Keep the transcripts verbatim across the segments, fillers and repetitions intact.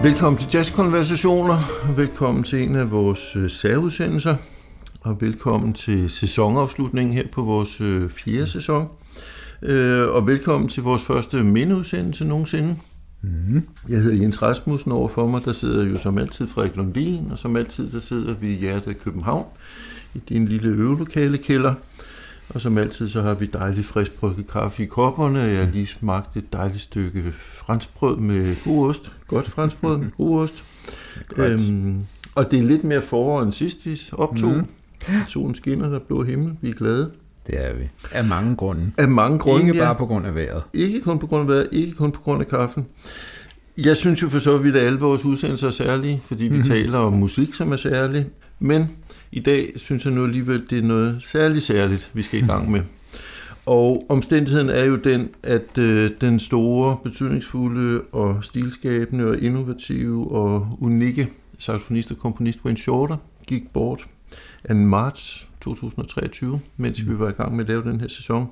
Velkommen til Jazzkonversationer, velkommen til en af vores særudsendelser, og velkommen til sæsonafslutningen her på vores fjerde sæson, og velkommen til vores første mindeudsendelse nogensinde. Mm-hmm. Jeg hedder Jens Rasmussen, overfor mig, der sidder jo som altid Frederik Lundin, og som altid der sidder vi i hjertet af København, i din lille øvelokale kælder. Og som altid, så har vi dejligt friskbrygget kaffe i kopperne. Jeg har lige smagt et dejligt stykke franskbrød med god ost. Godt franskbrød med god ost. Øhm, og det er lidt mere forår end sidst, vi optog. Mm. Solen skinner, der er blå himmel. Vi er glade. Det er vi. Af mange grunde. Af mange grunde, Ikke bare ja. på grund af vejret. Ikke kun på grund af vejret, ikke kun på grund af kaffen. Jeg synes jo for så vidt, at alle vores udsendelser er særlige, fordi vi mm-hmm. taler om musik, som er særlig. Men i dag synes jeg nu alligevel, det er noget særligt særligt, vi skal i gang med. Og omstændigheden er jo den, at øh, den store, betydningsfulde og stilskabende og innovative og unikke saxofonist og komponist Wayne Shorter gik bort anden marts to tusind og treogtyve, mens vi var i gang med at lave den her sæson.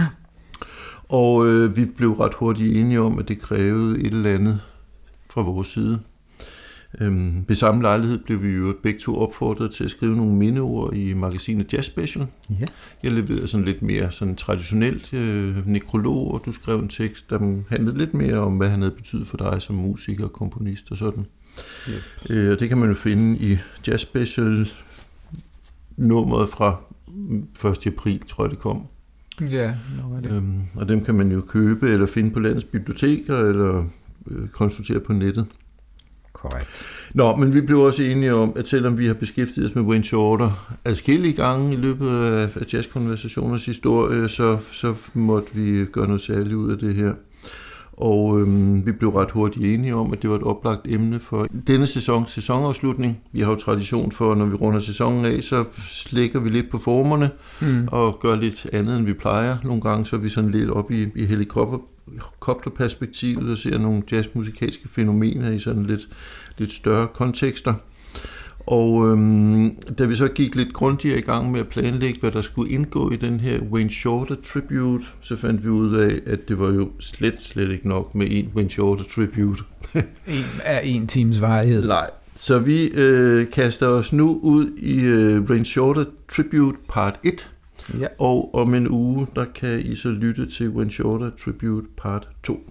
Og øh, vi blev ret hurtigt enige om, at det krævede et eller andet fra vores side. Øhm, ved samme lejlighed blev vi jo begge to opfordret til at skrive nogle mindeord i magasinet Jazz Special. Ja. Jeg leverede sådan lidt mere sådan traditionelt øh, nekrolog, og du skrev en tekst, der handlede lidt mere om, hvad han havde betydet for dig som musiker og komponist og sådan. Ja. Øh, og det kan man jo finde i Jazz Special nummeret fra første april, tror jeg det kom. Ja, nok er det. Øhm, og dem kan man jo købe eller finde på landets biblioteker eller øh, konsultere på nettet. Korrekt. Nå, men vi blev også enige om, at selvom vi har beskæftiget os med Wayne Shorter adskillige gange i løbet af jazzkonversationers historie, så, så måtte vi gøre noget særligt ud af det her. Og øhm, vi blev ret hurtigt enige om, at det var et oplagt emne for denne sæsons sæsonafslutning. Vi har jo tradition for, når vi runder sæsonen af, så slækker vi lidt på formerne mm. og gør lidt andet, end vi plejer. Nogle gange så er vi sådan lidt op i, i helikopterperspektivet og ser nogle jazzmusikalske fænomener i sådan lidt, lidt større kontekster. Og øhm, da vi så gik lidt grundigere i gang med at planlægge, hvad der skulle indgå i den her Wayne Shorter Tribute, så fandt vi ud af, at det var jo slet, slet ikke nok med en Wayne Shorter Tribute. En af en times varighed. Nej. Så vi øh, kaster os nu ud i øh, Wayne Shorter Tribute part et, ja. Og om en uge, der kan I så lytte til Wayne Shorter Tribute part to.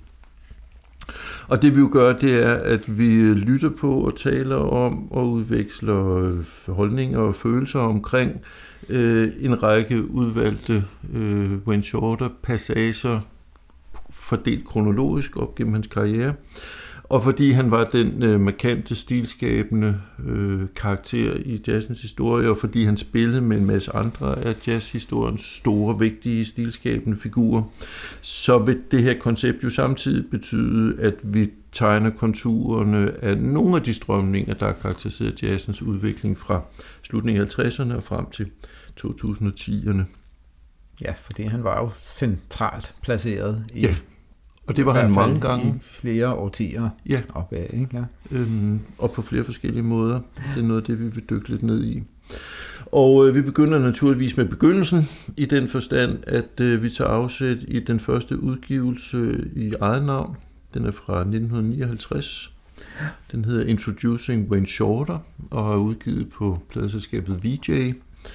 Og det vi jo gør, det er, at vi lytter på og taler om og udveksler holdninger og følelser omkring øh, en række udvalgte øh, Wayne Shorter passager fordelt kronologisk op gennem hans karriere. Og fordi han var den øh, markante, stilskabende øh, karakter i jazzens historie, og fordi han spillede med en masse andre af jazzhistoriens store, vigtige, stilskabende figurer, så vil det her koncept jo samtidig betyde, at vi tegner konturerne af nogle af de strømninger, der har karakteriseret jazzens udvikling fra slutningen af halvtredserne og frem til to tusind og tierne. Ja, fordi han var jo centralt placeret i... Ja. Og det var han mange gange. I flere årtier ja. opad, ikke? Ja. Øhm, og på flere forskellige måder. Det er noget af det, vi vil dykke lidt ned i. Og øh, vi begynder naturligvis med begyndelsen, i den forstand, at øh, vi tager afsæt i den første udgivelse i eget navn. Den er fra nitten nioghalvtreds. Den hedder Introducing Wayne Shorter, og er udgivet på pladeselskabet V J.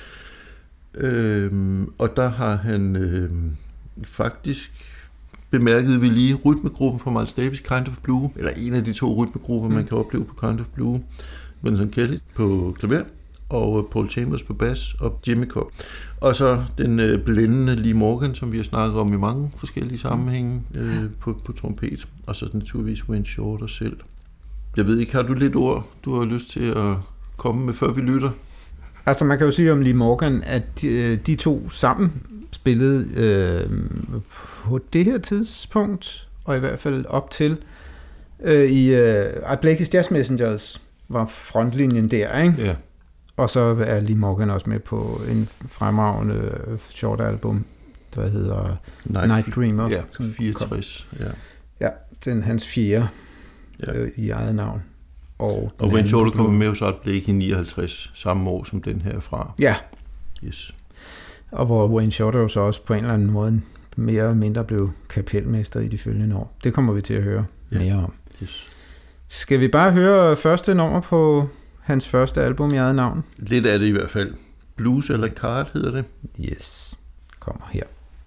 Øhm, og der har han øh, faktisk... bemærkede vi lige rytmegruppen fra Miles Davis, Kind of Blue, eller en af de to rytmegrupper, mm. man kan opleve på Kind of Blue. Vincent Kelly på klaver, og Paul Chambers på bas, og Jimmy Cobb. Og så den øh, blændende Lee Morgan, som vi har snakket om i mange forskellige sammenhænge, øh, på, på trompet. Og så naturligvis Wayne Shorter selv. Jeg ved ikke, har du lidt ord, du har lyst til at komme med, før vi lytter? Altså man kan jo sige om Lee Morgan, at de, de to sammen spillede øh, på det her tidspunkt, og i hvert fald op til, øh, i øh, Art Blakey's Jazz Messengers var frontlinjen der, ikke? Ja. Og så er Lee Morgan også med på en fremragende short album, der hedder Night, Night Dreamer. Ja, fireogtres. Ja, ja, den hans fjerde ja. øh, i eget navn. Og, og Wayne Shorter kom med hos Art Blakey i nioghalvtreds, samme år som den her fra. Ja. Yes. Og hvor Wayne Shorter jo så også på en eller anden måde mere eller mindre blev kapelmester i de følgende år. Det kommer vi til at høre ja. mere om. Yes. Skal vi bare høre første nummer på hans første album i eget navn? Lidt af det i hvert fald. Blues à la carte hedder det. Yes, kommer her.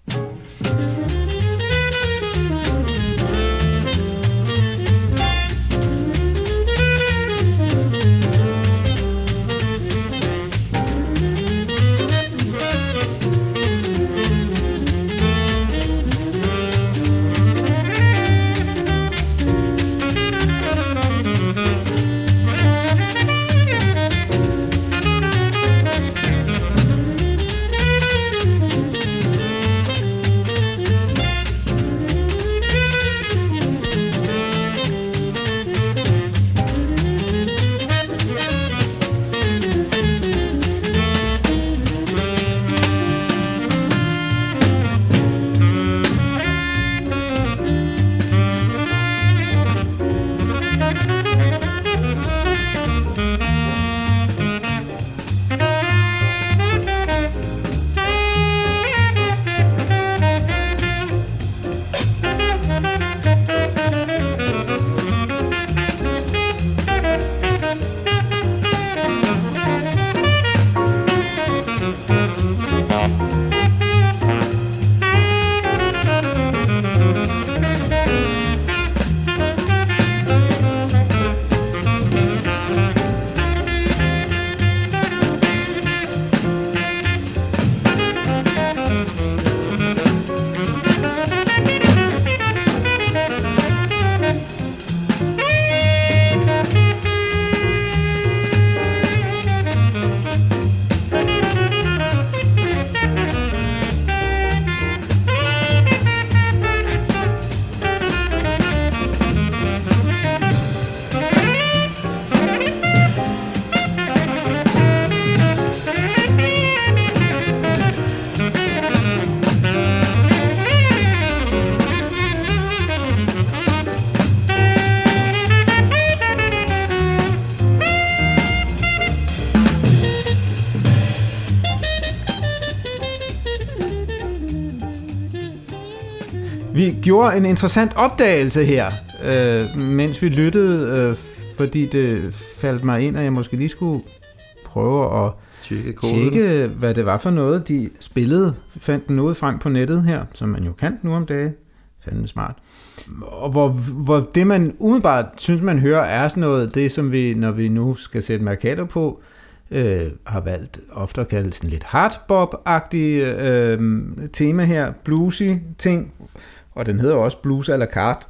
Vi gjorde en interessant opdagelse her, øh, mens vi lyttede, øh, fordi det faldt mig ind, at jeg måske lige skulle prøve at tjekke, tjekke, hvad det var for noget, de spillede. Fandt noget frem på nettet her, som man jo kan nu om dagen. Fandme smart. Og hvor, hvor det, man umiddelbart synes, man hører, er sådan noget, det som vi, når vi nu skal sætte Mercado på, øh, har valgt ofte at kalde sådan lidt hardbop-agtige øh, tema her, bluesy ting, og den hedder også Blues à la carte.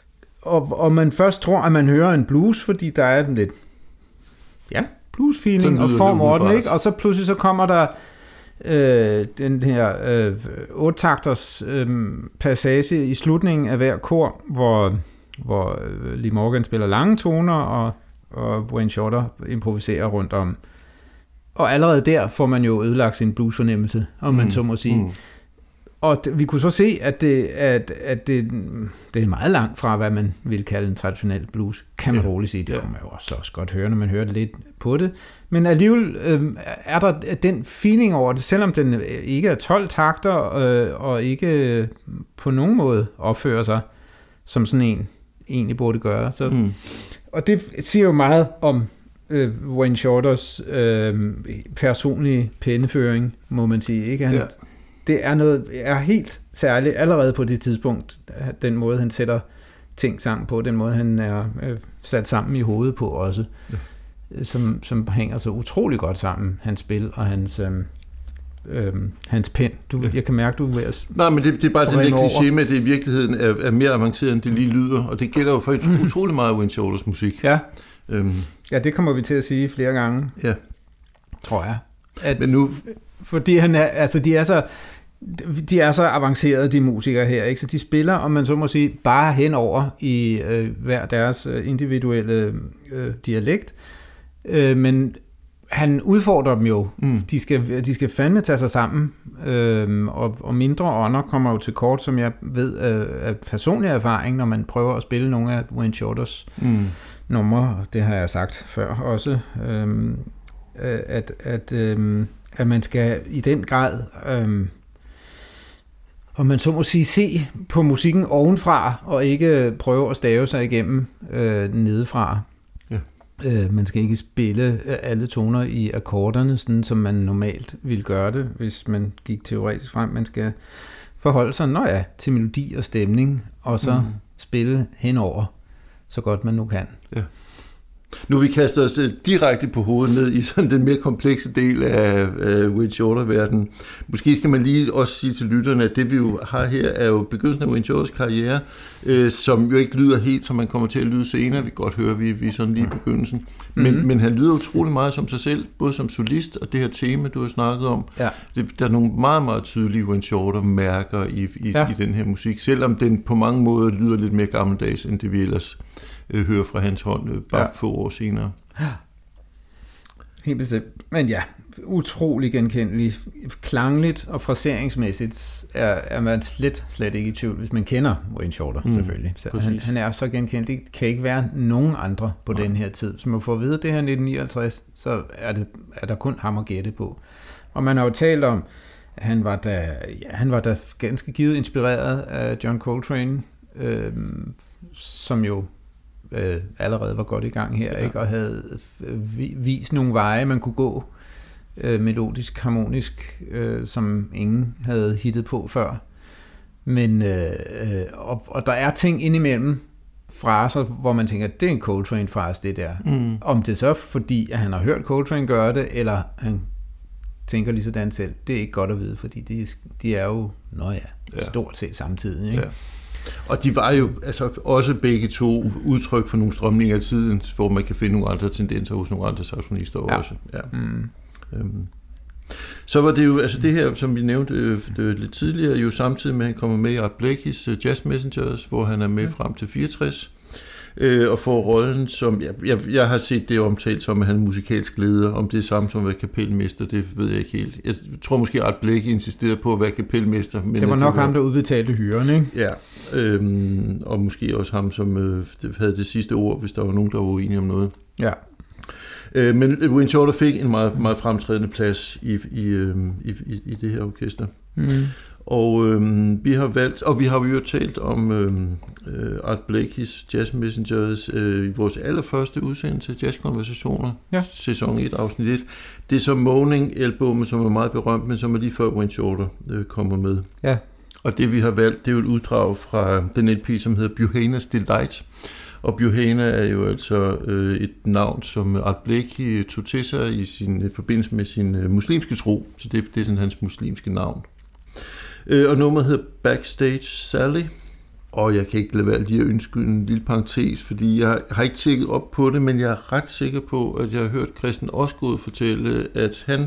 Og, og man først tror, at man hører en blues, fordi der er den lidt, ja, blues-feeling og form over den, ikke? Og så pludselig så kommer der øh, den her øh, otte-takters øh, passage i slutningen af hver kor, hvor, hvor Lee Morgan spiller lange toner, og, og Wayne Shorter improviserer rundt om. Og allerede der får man jo ødelagt sin blues-fornemmelse, om man mm. så må sige. Mm. Og d- vi kunne så se, at, det, at, at det, det er meget langt fra, hvad man ville kalde en traditionel blues. Kan man ja. roligt sige. Det ja. kan man jo også, også godt høre, når man hører lidt på det. Men alligevel øh, er der den feeling over det, selvom den ikke er tolv takter, øh, og ikke øh, på nogen måde opfører sig, som sådan en egentlig burde gøre. Så, mm. Og det siger jo meget om øh, Wayne Shorters øh, personlige penneføring, må man sige. Ikke? Han, ja. Det er noget er helt særligt allerede på det tidspunkt, den måde, han sætter ting sammen på, den måde, han er øh, sat sammen i hovedet på også, ja. som, som hænger så utrolig godt sammen, hans spil og hans, øh, øh, hans pen. Du, ja. Jeg kan mærke, du er ved at Nej, men det, det er bare den der kliché med, at det i virkeligheden er, er mere avanceret, end det lige lyder, og det gælder jo for mm. utrolig meget af Wayne Shorters musik. Ja. Øhm. ja, det kommer vi til at sige flere gange, ja. tror jeg. At, men nu... Fordi han er, altså de er så de er så avancerede, de musikere her, ikke? Så de spiller, om man så må sige, bare henover i øh, hver deres individuelle øh, dialekt. Øh, men han udfordrer dem jo. Mm. De skal, de skal fandme tage sig sammen, øh, og, og mindre ånder kommer jo til kort, som jeg ved øh, af personlig erfaring, når man prøver at spille nogle af Wayne Shorters mm. numre. Det har jeg sagt før også, øh, at, at, øh, at man skal i den grad øh, og man så må sige, se på musikken ovenfra, og ikke prøve at stave sig igennem øh, nedefra. Ja. Øh, man skal ikke spille alle toner i akkorderne, sådan som man normalt ville gøre det, hvis man gik teoretisk frem. Man skal forholde sig, nå ja, til melodi og stemning, og så mm. spille henover, så godt man nu kan. Ja. Nu vi kaster os direkte på hovedet ned i sådan den mere komplekse del af, af Wayne Shorter-verdenen. Måske skal man lige også sige til lytterne, at det vi jo har her er jo begyndelsen af Wayne Shorters karriere, øh, som jo ikke lyder helt, som man kommer til at lyde senere. Vi kan godt høre, at vi, vi er sådan lige i begyndelsen. Men, mm-hmm. men han lyder utrolig meget som sig selv, både som solist og det her tema, du har snakket om. Ja. Det, der er nogle meget, meget tydelige Wayne Shorter-mærker i, i, ja. i den her musik, selvom den på mange måder lyder lidt mere gammeldags, end det vi ellers øh, hører fra hans hånd øh, bare ja. få år senere. Ja. Helt bestemt. Men ja, utrolig genkendelig. Klangligt og fraseringsmæssigt er, er man slet, slet ikke i tvivl, hvis man kender Wayne Shorter, mm, selvfølgelig. Så han, han er så genkendelig. Det kan ikke være nogen andre på Nej. den her tid. Så man får at vide det her nitten nioghalvtreds, så er, det, er der kun ham at gætte på. Og man har jo talt om, at han var da, ja, han var da ganske givet inspireret af John Coltrane, øh, som jo øh, allerede var godt i gang her, ja. ikke? Og havde vist nogle veje, man kunne gå øh, melodisk, harmonisk, øh, som ingen havde hittet på før. Men øh, og, og der er ting indimellem fraser, hvor man tænker, det er en Coltrane-frase, det der. Mm. Om det så fordi, at han har hørt Coltrane gøre det, eller han tænker lige sådan selv, det er ikke godt at vide, fordi de, de er jo, nå ja, ja. stort set samtidig, ikke? Ja. Og de var jo altså også begge to udtryk for nogle strømninger af tiden, hvor man kan finde nogle andre tendenser hos nogle andre saxofonister ja. også. Ja. Mm. Øhm. Så var det jo, altså det her, som vi nævnte øh, lidt tidligere, jo samtidig med, at han kommer med i Art Blakey's uh, Jazz Messengers, hvor han er med frem til fireogtres, øh, og får rollen som, jeg, jeg, jeg har set det omtalt som, at han er musikalsk leder, om det er samme som at være kapelmester, det ved jeg ikke helt. Jeg tror måske, Art Blakey insisterede på at være kapelmester. Men det var nok det var, ham, der udbetalte hyren, ikke? Ja, øhm, og måske også ham, som øh, havde det sidste ord, hvis der var nogen, der var uenige om noget. Ja. Øh, men Wayne Shorter fik en meget, meget fremtrædende plads i, i, øh, i, i, i det her orkester. Mm. Og øh, vi har valgt, og vi har jo talt om øh, Art Blakey's Jazz Messengers øh, i vores allerførste udsendelse, Jazzkonversationer, ja. sæson et, afsnit et. Det er så Moaning-albumet, som er meget berømt, men som er lige før Wayne Shorter øh, kommer med. Ja. Og det vi har valgt, det er jo et uddrag fra den L P, som hedder Buchanan's Delight. Og Buchanan er jo altså øh, et navn, som Art Blakey tog til sig i sin i forbindelse med sin øh, muslimske tro, så det, det er sådan hans muslimske navn. Øh, og nummeret hedder Backstage Sally, og jeg kan ikke lade være lige at ønske en lille parentes, fordi jeg har ikke tjekket op på det, men jeg er ret sikker på, at jeg har hørt Christian Osgood fortælle, at han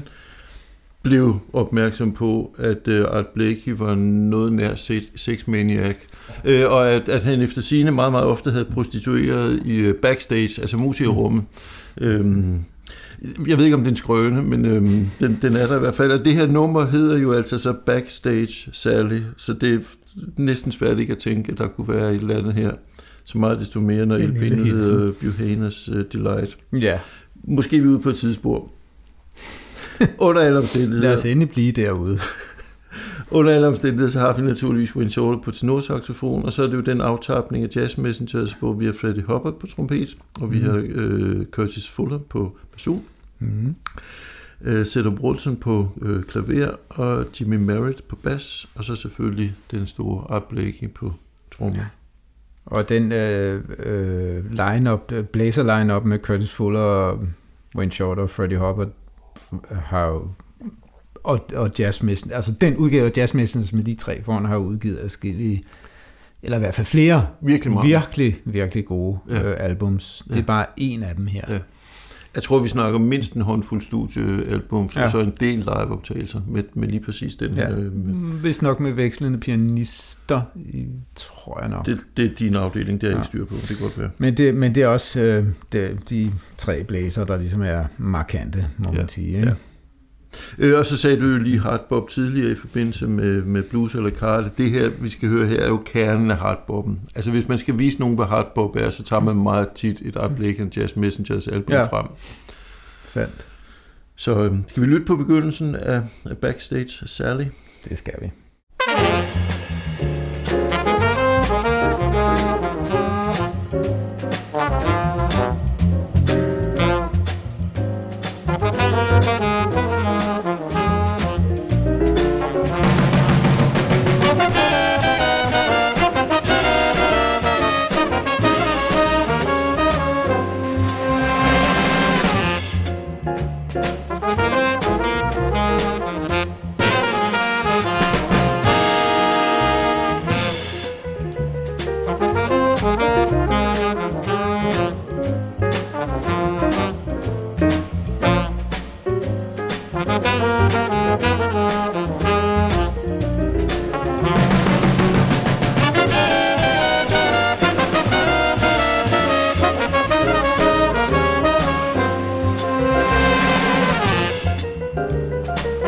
blev opmærksom på, at uh, Art Blakey var noget nær sexmaniac, uh, og at, at han efter sigende meget, meget ofte havde prostitueret i uh, backstage, altså musikerrummet. Mm. Um, jeg ved ikke, om det er en skrøne, men um, den, den er der i hvert fald. Og det her nummer hedder jo altså så Backstage Sally, så det er næsten svært ikke at tænke, at der kunne være et eller andet her. Så meget desto mere, når L P'en hedder Buchanan's uh, Delight. Ja. Måske er vi ude på et tidsspor. Under alle omstændigheder. Lad os endelig blive derude. Under alle omstændigheder, så har vi naturligvis Wayne Shorter på tenorsaxofon, og så er det jo den aftapning af Jazz Messengers, hvor vi har Freddie Hubbard på trompet, og vi mm. har øh, Curtis Fuller på basson, mm. øh, Cedar Walton på øh, klaver, og Jimmy Merritt på bas, og så selvfølgelig den store Art Blakey på trommer. Ja. Og den øh, øh, line-up, blazer line-up med Curtis Fuller, Wayne Shorter og Freddie Hubbard, har jo, og, og Jazz Messengers, altså den udgave af Jazz Messengers med de tre foran har jo udgivet adskillige, eller i hvert fald flere virkelig, virkelig, virkelig gode ja. øh, albums. Det er ja. bare en af dem her. Ja. Jeg tror, vi snakker om mindst en håndfuld studiealbums, ja. og så en del liveoptagelser med, med lige præcis den ja. her. Vist nok med vekslende pianister, tror jeg nok. Det, det er din afdeling, det er ja. ikke styr på, det kan godt være. Men det, men det er også øh, det, de tre blæser, der ligesom er markante, må man ja. sige. Ja. Øh, og så sagde du jo lige hardbop tidligere i forbindelse med, med blues eller carte. Det her, vi skal høre her, er jo kernen af hardboppen. Altså hvis man skal vise nogen, hvad hardbop er, så tager man meget tit et Art Blakey Jazz Messengers album ja. frem. Sandt. Så øh, skal vi lytte på begyndelsen af, af Backstage Sally? Det skal vi.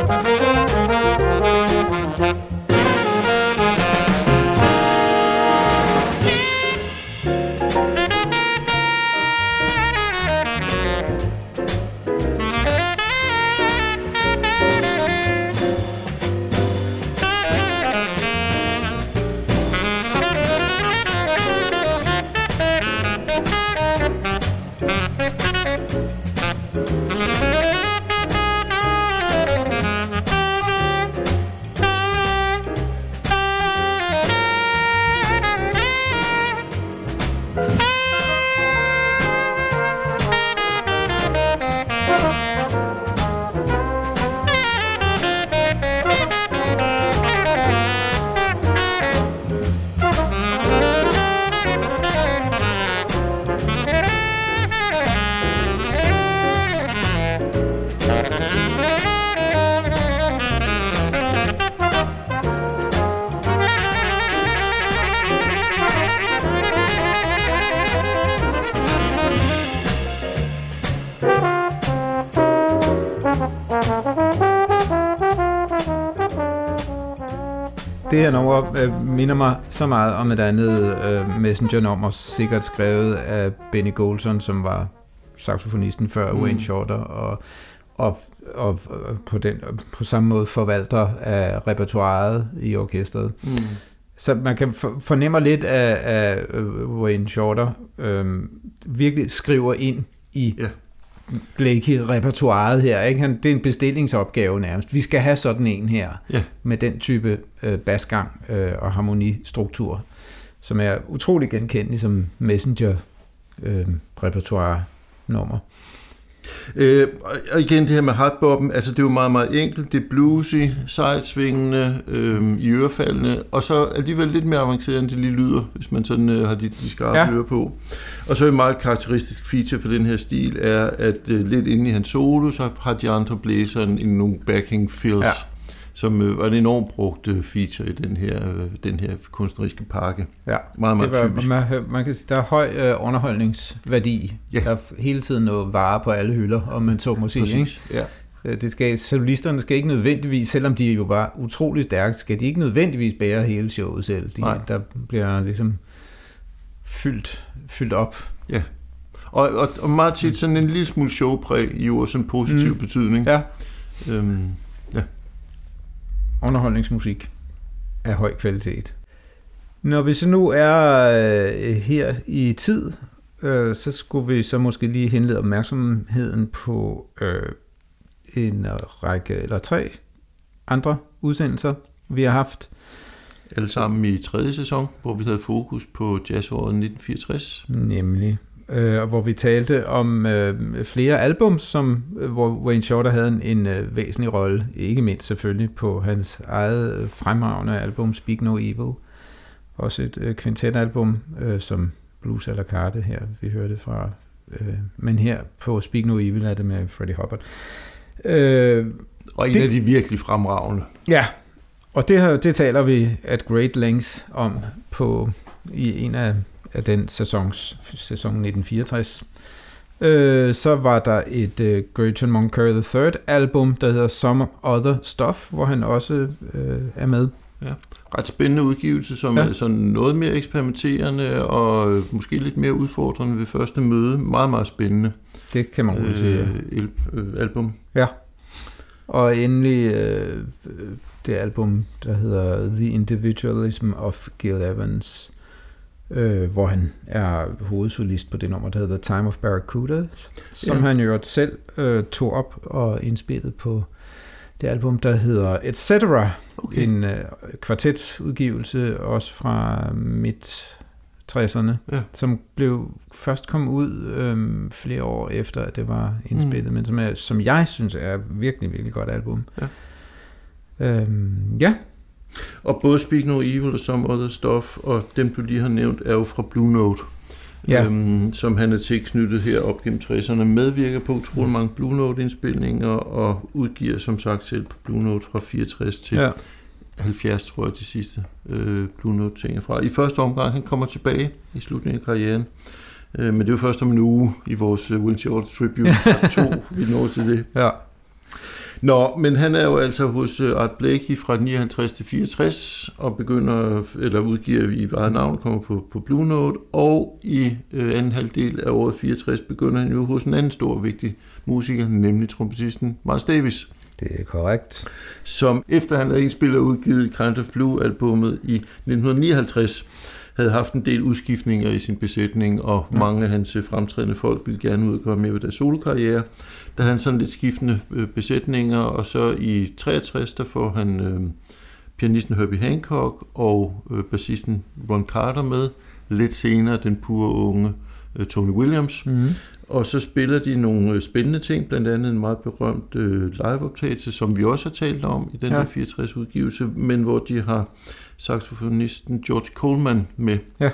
Det her nummer øh, minder mig så meget om et andet øh, Messenger-nummer, sikkert skrevet af Benny Golson, som var saxofonisten før mm. Wayne Shorter, og, og, og, og på, den, på samme måde forvalter af repertoiret i orkestret. Mm. Så man kan fornemme lidt af, af Wayne Shorter øh, virkelig skriver ind i yeah. Blakey-repertoiret her. Ikke? Han, det er en bestillingsopgave nærmest. Vi skal have sådan en her, yeah. med den type øh, basgang øh, og harmonistruktur, som er utrolig genkendelig som Messenger-repertoire-nummer. Øh, og igen det her med hardboppen, altså det er jo meget, meget enkelt. Det er bluesy, sejtsvingende, øh, i ørefaldene, og så alligevel lidt mere avanceret, end det lige lyder, hvis man sådan øh, har de, de skarpe ja. ører på. Og så er et meget karakteristisk feature for den her stil, er, at øh, lidt inde i hans solo, så har de andre blæseren en nogle backing fills, ja. som øh, var en enormt brugt øh, feature i den her, øh, den her kunstneriske pakke. Ja, meget, meget det var, typisk. Man, man kan sige, der er høj øh, underholdningsværdi. Ja. Der er hele tiden noget varer på alle hylder, om man så må sige. Ikke? Ja. Det skal, solisterne skal ikke nødvendigvis, selvom de jo var utrolig stærke, skal de ikke nødvendigvis bære hele showet selv. De, der bliver ligesom fyldt, fyldt op. Ja. Og, og, og meget tit sådan en lille smule showpræg i ordets en positiv mm. betydning. Ja. Øhm, ja. Underholdningsmusik af høj kvalitet. Når vi så nu er øh, her i tid, øh, så skulle vi så måske lige henlede opmærksomheden på øh, en række eller tre andre udsendelser, vi har haft. Alle sammen i tredje sæson, hvor vi havde fokus på jazzåret nitten fireogtres. Nemlig. Øh, hvor vi talte om øh, flere album, som, øh, hvor Wayne Shorter havde en, en øh, væsentlig rolle, ikke mindst selvfølgelig på hans eget øh, fremragende album Speak No Evil. Også et øh, kvintetalbum, øh, som Blues à la carte her, vi hørte fra. Øh, men her på Speak No Evil er det med Freddie Hubbard. Øh, og en det, af de virkelig fremragende. Ja, og det her, det taler vi at great length om på i en af af den sæsons, sæson nitten fireogtres. Øh, så var der et uh, Gretchen Moncur the third album, der hedder Some Other Stuff, hvor han også øh, er med. Ja, ret spændende udgivelse, som ja. er sådan noget mere eksperimenterende og måske lidt mere udfordrende ved første møde. Meget, meget spændende. Det kan man jo øh, sige. Øh, album. Ja. Og endelig øh, det album, der hedder The Individualism of Gil Evans, Øh, hvor han er hovedsolist på det nummer, der hedder The Time of Barracuda, som ja. han jo selv øh, tog op og indspillede på det album, der hedder et cetera. Okay. En øh, kvartetudgivelse, også fra midt-tresserne, ja. som blev først kom ud øh, flere år efter, at det var indspillet, mm. men som, er, som jeg synes er virkelig, virkelig godt album. Ja. Øhm, ja. Og både Speak No Evil og Some Other Stuff, og dem du lige har nævnt, er jo fra Blue Note, ja. øhm, som han er tilknyttet her op gennem tresserne, medvirker på utrolig mange Blue Note-indspilninger, og udgiver som sagt selv på Blue Note fra fireogtres til ja. halvfjerds, tror jeg, de sidste øh, Blue Note-ting fra. I første omgang, han kommer tilbage i slutningen af karrieren, øh, men det er jo først om en uge i vores uh, Wayne Shorter Tribute to, vi når til det. Ja. Nå, men han er jo altså hos Art Blakey fra nioghalvtreds til fireogtres, og begynder, eller udgiver i eget navn, kommer på, på Blue Note, og i øh, anden halvdel af året fireogtres begynder han jo hos en anden stor vigtig musiker, nemlig trompetisten Miles Davis. Det er korrekt. Som efter han havde indspillet og udgivet Kind of Blue-albummet i nitten nioghalvtreds, havde haft en del udskiftninger i sin besætning, og ja. mange af hans fremtrædende folk ville gerne ud og komme med ved deres solokarriere. Der havde han sådan lidt skiftende besætninger, og så i treogtres, der får han øh, pianisten Herbie Hancock og øh, bassisten Ron Carter med. Lidt senere den pure unge øh, Tony Williams. Mm. Og så spiller de nogle spændende ting, blandt andet en meget berømt øh, liveoptagelse, som vi også har talt om i den ja. der fireogtres-udgivelse, men hvor de har saxofonisten George Coleman med. Ja.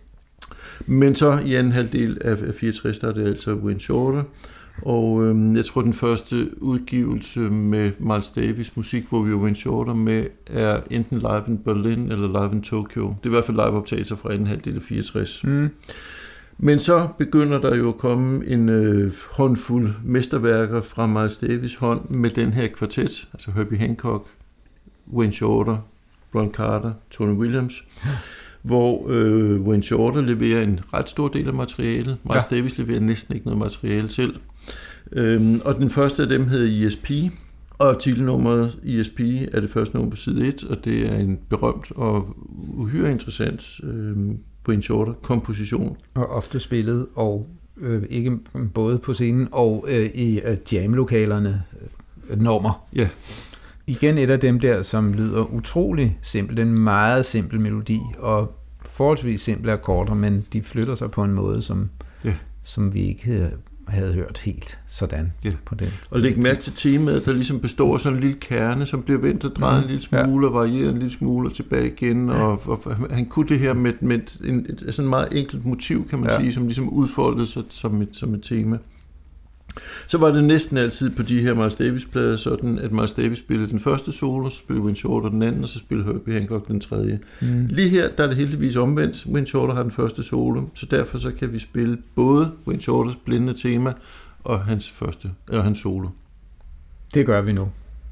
Men så i anden halvdel af fireogtres, der er det altså Wayne Shorter. Og øh, jeg tror, den første udgivelse med Miles Davis musik, hvor vi har Wayne Shorter med, er enten live in Berlin eller live in Tokyo. Det er i hvert fald liveoptagelser fra anden halvdel af fireogtres. Mm. Men så begynder der jo at komme en øh, håndfuld mesterværker fra Miles Davis hånd med den her kvartet, altså Herbie Hancock, Wayne Shorter, Ron Carter, Tony Williams, hvor øh, Wayne Shorter leverer en ret stor del af materialet. Miles ja. Davis leverer næsten ikke noget materiale selv. Øhm, og den første af dem hedder E S P, og titelnummeret E S P er det første nummer på side et, og det er en berømt og uhyre interessant øh, Wayne Shorter komposition. Og ofte spillet, og øh, ikke både på scenen og øh, i øh, jamlokalerne øh, nummer. Ja. Igen et af dem der, som lyder utrolig simpelt. En meget simpel melodi, og forholdsvis simple akkorder, men de flytter sig på en måde, som, ja. som vi ikke havde hørt helt sådan ja. på den. Og læg mærke til temaet, der ligesom består af sådan en lille kerne, som bliver vendt og drejet mm. en lille smule, ja. og varieret en lille smule og tilbage igen, og, og han kunne det her med, med en, et, sådan meget enkelt motiv, kan man ja. sige, som ligesom udfoldede sig som et, som et tema. Så var det næsten altid på de her Miles Davis-plader sådan, at Miles Davis spillede den første solo, så spillede Wayne Shorter den anden, og så spillede Herbie Hancock den tredje. Mm. Lige her, der er det heldigvis omvendt. Wayne Shorter har den første solo, så derfor så kan vi spille både Wayne Shorters blinde tema og hans første, eller hans solo. Det gør vi nu.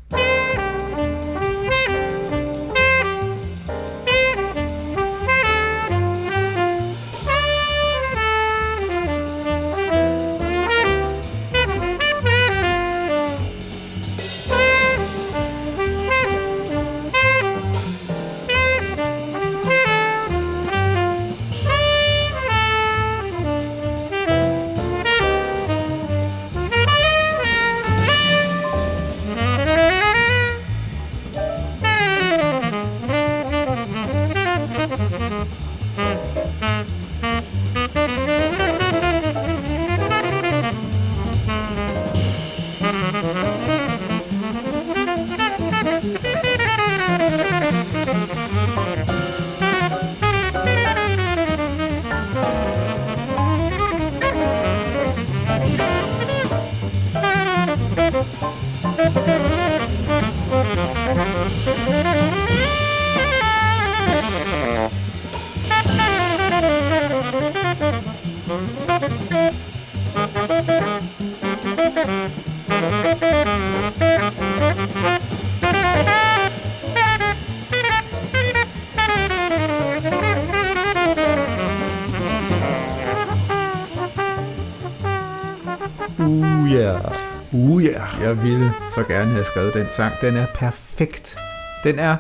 Uh, yeah. Uh, yeah. Jeg ville så gerne have skrevet den sang. Den er perfekt. Den er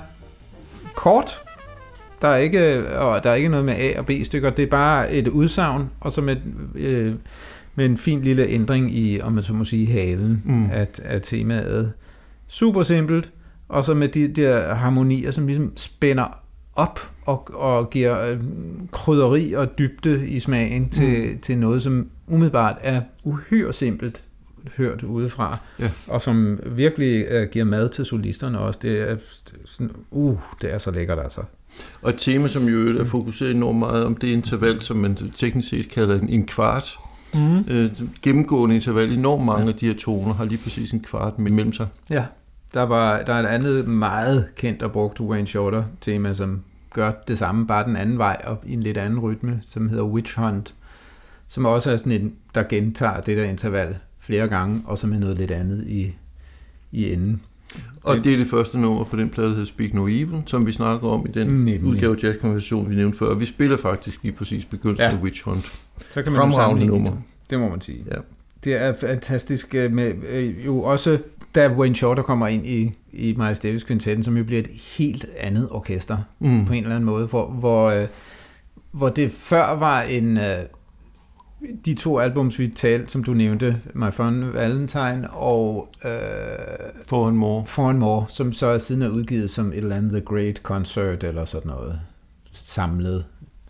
kort. Der er ikke, og der er ikke noget med A- og B-stykker. Det er bare et udsagn, og så med, øh, med en fin lille ændring i, om man så må sige, halen mm. af, af temaet. Super simpelt, og så med de der harmonier, som ligesom spænder op og, og giver øh, krydderi og dybde i smagen til, mm. til noget, som umiddelbart er uhyre simpelt hørt udefra, ja. og som virkelig øh, giver mad til solisterne også. Det er sådan, uh, det er så lækkert altså. Og et tema, som jo er fokuseret enormt meget om det interval, som man teknisk set kalder en, en kvart. Mm. Øh, gennemgående interval, enormt mange ja. af de her toner har lige præcis en kvart mellem sig. Ja, der, var, der er et andet meget kendt og brugt Wayne Shorter tema, som gør det samme, bare den anden vej op i en lidt anden rytme, som hedder Witch Hunt, som også er sådan en, der gentager det der interval flere gange, og så med noget lidt andet i, i enden. Og det er det første nummer på den plade, der hedder Speak No Evil, som vi snakker om i den Nemlig. udgave af jazzkonversation, vi nævnte før. Vi spiller faktisk lige præcis begyndelsen ja. af Witch Hunt. Så kan man jo sammenligne nummer. Det må man sige. Ja. Det er fantastisk med øh, jo også, da Wayne Shorter kommer ind i, i Miles Davis kvintetten, som jo bliver et helt andet orkester mm. på en eller anden måde, hvor, hvor, øh, hvor det før var en... Øh, de to albums, vi talte, som du nævnte, My Fun Valentine og øh, For and More. For and More, som så siden er udgivet som et eller andet The Great Concert eller sådan noget samlet.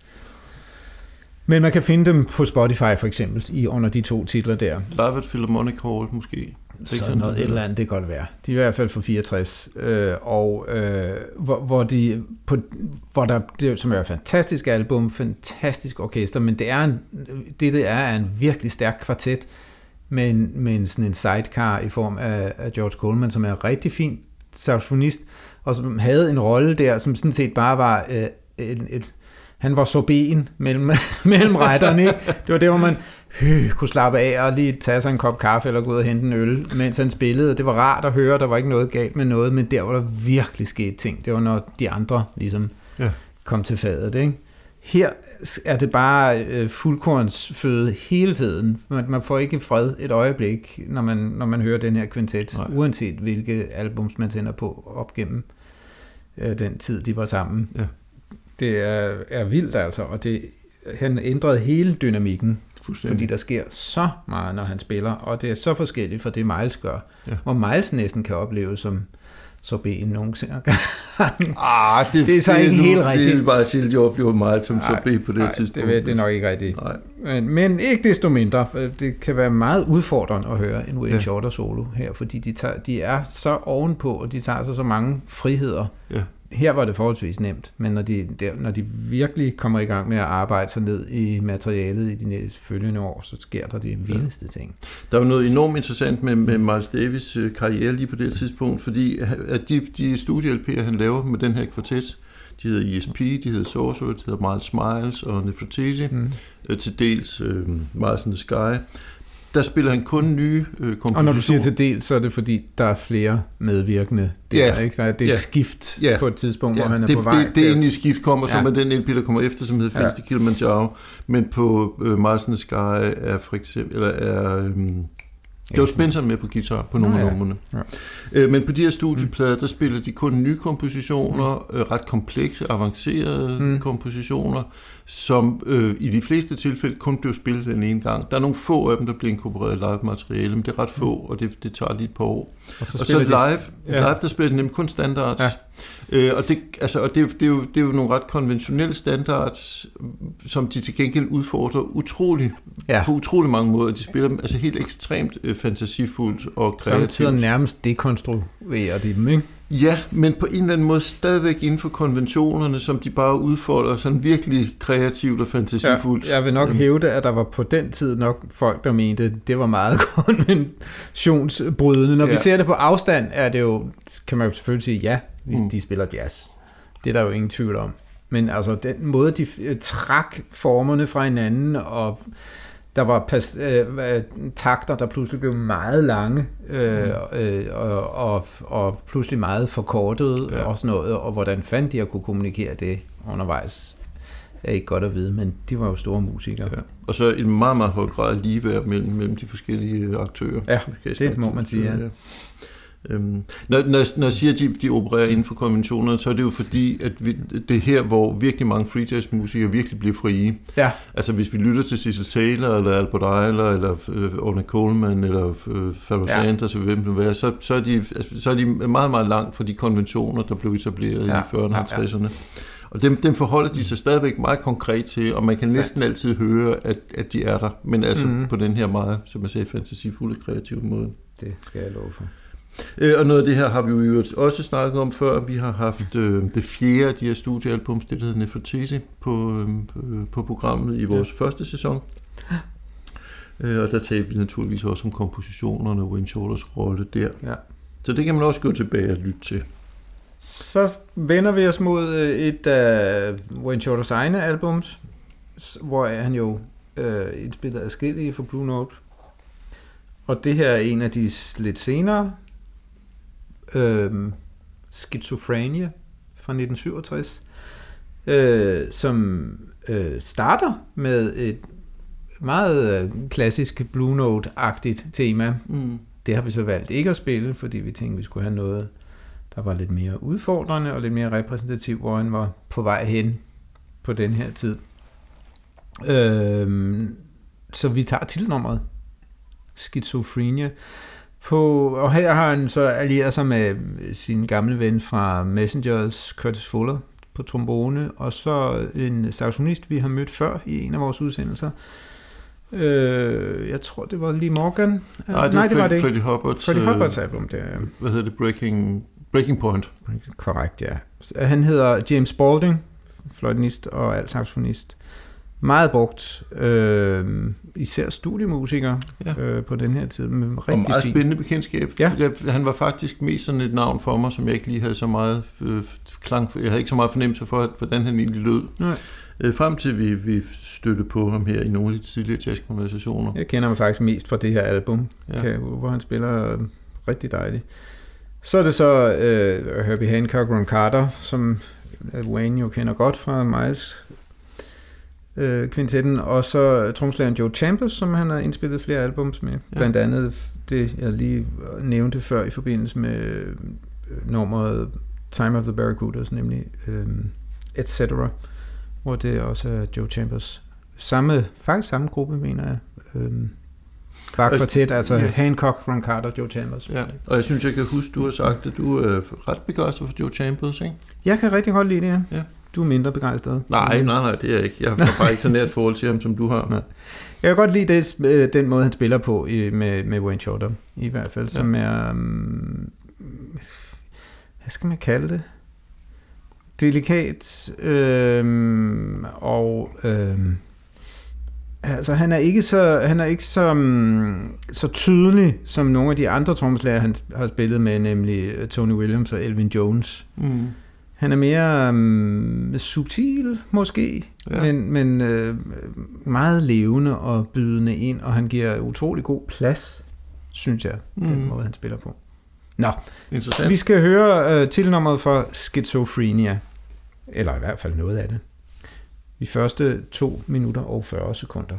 Men man kan finde dem på Spotify for eksempel, i under de to titler der. Live at Philharmonic Hall måske. Sådan noget, et eller andet, det kan godt være. De er i hvert fald fra fireogtres, øh, og øh, hvor, hvor, de, på, hvor der, det som er et fantastisk album, fantastisk orkester, men det er en, det, det er, er en virkelig stærk kvartet, med, en, med en, sådan en sidecar i form af, af George Coleman, som er rigtig fin saxofonist, og som havde en rolle der, som sådan set bare var øh, et, et han var soben mellem, mellem retterne. Det var det, hvor man øh, kunne slappe af og lige tage sig en kop kaffe eller gå ud og hente en øl, mens han spillede. Det var rart at høre, der var ikke noget galt med noget, men der var der virkelig sket ting. Det var, når de andre ligesom ja. kom til fadet. Ikke? Her er det bare øh, fuldkornsføde hele tiden. Man, man får ikke fred et øjeblik, når man, når man hører den her kvintet, Nej. uanset hvilke albums man tænder på op gennem øh, den tid, de var sammen. Ja. Det er, er vildt altså, og det, han ændrede hele dynamikken, fordi der sker så meget, når han spiller, og det er så forskelligt fra det, Miles gør. Ja. Hvor Miles næsten kan opleve som sorbet nogensinde. ah, det, det er så det, ikke det, helt rigtigt. Det er bare sige, at jeg oplever meget som sorbet på det nej, tidspunkt. Det, det er nok ikke rigtigt. Men, men ikke desto mindre, det kan være meget udfordrende at høre en Wayne ja. Shorter solo her, fordi de, tager, de er så ovenpå, og de tager så, så mange friheder. Ja. Her var det forholdsvis nemt, men når de, der, når de virkelig kommer i gang med at arbejde sig ned i materialet i de næste følgende år, så sker der de vildeste ja. ting. Der er jo noget enormt interessant med, med Miles Davis' karriere lige på det tidspunkt, fordi at de, de studie-L P'er, han laver med den her kvartet, de hedder E S P, de hedder Sorcerer, de hedder Miles Smiles og Nefertiti, mm. til dels uh, Miles in the Sky. Der spiller han kun nye øh, kompositioner. Og når du siger til del, så er det fordi, der er flere medvirkende. Det er, ja. ikke? Det er et ja. skift ja. på et tidspunkt, ja. hvor han er det, på vej. Det, det er egentlig skift kommer, ja. som er den L P, der kommer efter, som hedder Fælles til Kilimanjaro. Men på øh, Miles in the Sky er for eksempel, eller er øhm, Joe Spencer med på guitar på nogle af ja, ja. numrene. Ja. Øh, men på de her studieplader, der spiller de kun nye kompositioner, mm. øh, ret komplekse, avancerede mm. kompositioner, som øh, i de fleste tilfælde kun blev spillet den ene gang. Der er nogle få af dem, der bliver inkorporeret i live-materiale, men det er ret få, og det, det tager lige et par år. Og så, og så live, de, ja. live, der spiller de nemlig kun standards. Ja. Øh, og det, altså, og det, det, er jo, det er jo nogle ret konventionelle standards, som de til gengæld udfordrer utrolig, ja. på utrolig mange måder. De spiller dem altså helt ekstremt øh, fantasifuldt og kreativt. Samtidig nærmest dekonstruerer de dem, ikke? Ja, men på en eller anden måde stadigvæk inden for konventionerne, som de bare udfordrer sådan virkelig kreativt og fantasifuldt. Ja, jeg vil nok ja. hævde, at der var på den tid nok folk, der mente, at det var meget konventionsbrydende. Når ja. vi ser det på afstand, er det jo, kan man jo selvfølgelig sige, ja, hvis mm. de spiller jazz. Det er der jo ingen tvivl om. Men altså, den måde, de trak formerne fra hinanden, og der var pas, øh, takter, der pludselig blev meget lange, øh, øh, og, og, og pludselig meget forkortede, ja. og sådan noget, og hvordan fandt de at kunne kommunikere det undervejs, er ikke godt at vide, men de var jo store musikere. Ja. Og så en meget, meget høj grad af ligeværd mellem, mellem de forskellige aktører. Ja, det må man sige, ja. ja. Øhm, når, når, når jeg siger, at de, de opererer inden for konventionerne, så er det jo fordi, at vi, det er her, hvor virkelig mange free jazz musikere virkelig bliver frie. Ja. Altså hvis vi lytter til Cecil Taylor, eller Albert Ayler, eller uh, Ornette Coleman, eller uh, Pharoah ja. Sanders, eller hvem det vil være, så, så, er de, altså, så er de meget, meget langt fra de konventioner, der blev etableret ja. i fyrrerne og halvtredserne. Ja, ja. Og dem, dem forholder de sig stadigvæk meget konkret til, og man kan næsten altid høre, at, at de er der, men altså mm-hmm. på den her meget, som jeg sagde, fantasifulde, kreative måde. Det skal jeg love for. Og noget af det her har vi jo også snakket om før. Vi har haft øh, det fjerde af de her studiealbums, det der hedder Nefertiti, på, øh, på programmet i vores ja. første sæson. Øh, og der talte vi naturligvis også om kompositionerne og Wayne Shorters rolle der. Ja. Så det kan man også gå tilbage og lytte til. Så vender vi os mod et af uh, Wayne Shorters egne albums, hvor han jo øh, indspillede adskillige for Blue Note. Og det her er en af de lidt senere øh, Schizophrenia fra nitten syvogtres, øh, som øh, starter med et meget øh, klassisk Blue Note-agtigt tema. Mm. Det har vi så valgt ikke at spille, fordi vi tænkte, vi skulle have noget, der var lidt mere udfordrende og lidt mere repræsentativt, hvor han var på vej hen på den her tid. Øh, så vi tager titelnummeret Schizophrenia. På, og her har han så allieret sig med sin gamle ven fra Messengers, Curtis Fuller, på trombone, og så en saxofonist, vi har mødt før i en af vores udsendelser. Øh, jeg tror, det var Lee Morgan. Nej, det, Nej, det var det Freddie Hubbards, Freddie Hubbards album. Det, hvad hedder det? Breaking, Breaking Point. Korrekt, ja. Han hedder James Spaulding, fløjtenist og alt saxofonist. Meget brugt, øh, især studiemusikere ja. øh, på den her tid. Men rigtig og meget fint. Spændende bekendtskab. Ja. Jeg, han var faktisk mest sådan et navn for mig, som jeg ikke lige havde så meget øh, klang. Jeg havde ikke så meget fornemmelse for, hvordan han egentlig lød. Nej. Øh, frem til vi, vi støtte på ham her i nogle af de tidligere jazzkonversationer. Jeg kender ham faktisk mest fra det her album, ja. kan, hvor han spiller øh, rigtig dejligt. Så er det så øh, Herbie Hancock, Ron Carter, som Wayne jo kender godt fra Miles øh, kvintetten, og så trommeslageren Joe Chambers, som han har indspillet flere albums med. Ja. Blandt andet det, jeg lige nævnte før i forbindelse med øh, nummeret Time of the Barracudas, nemlig øh, et cetera, hvor det også er Joe Chambers. Samme, faktisk samme gruppe, mener jeg. Øh, Bare kvartet, altså ja. Hancock, Ron Carter, Joe Chambers. Ja. Og jeg synes, jeg kan huske, du har sagt, at du er ret begejstret for Joe Chambers, ikke? Jeg kan rigtig godt lide det, ja. ja. Du er mindre begejstret. Nej, nej, nej, det er jeg ikke. Jeg har bare ikke så nært forhold til ham, som du har. Nej. Jeg kan godt lide det, den måde, han spiller på i, med, med Wayne Shorter, i hvert fald, ja. som er, um, hvad skal man kalde det? Delikat, øhm, og øhm, altså han er ikke så han er ikke så så tydelig som nogle af de andre trommeslagere han har spillet med, nemlig Tony Williams og Elvin Jones. Mm. Han er mere um, subtil måske, ja. men men uh, meget levende og bydende ind, og han giver utrolig god plads, synes jeg, mm. den måde han spiller på. Nå, vi skal høre uh, titelnummeret for Schizophrenia, eller i hvert fald noget af det. De første to minutter og fyrre sekunder.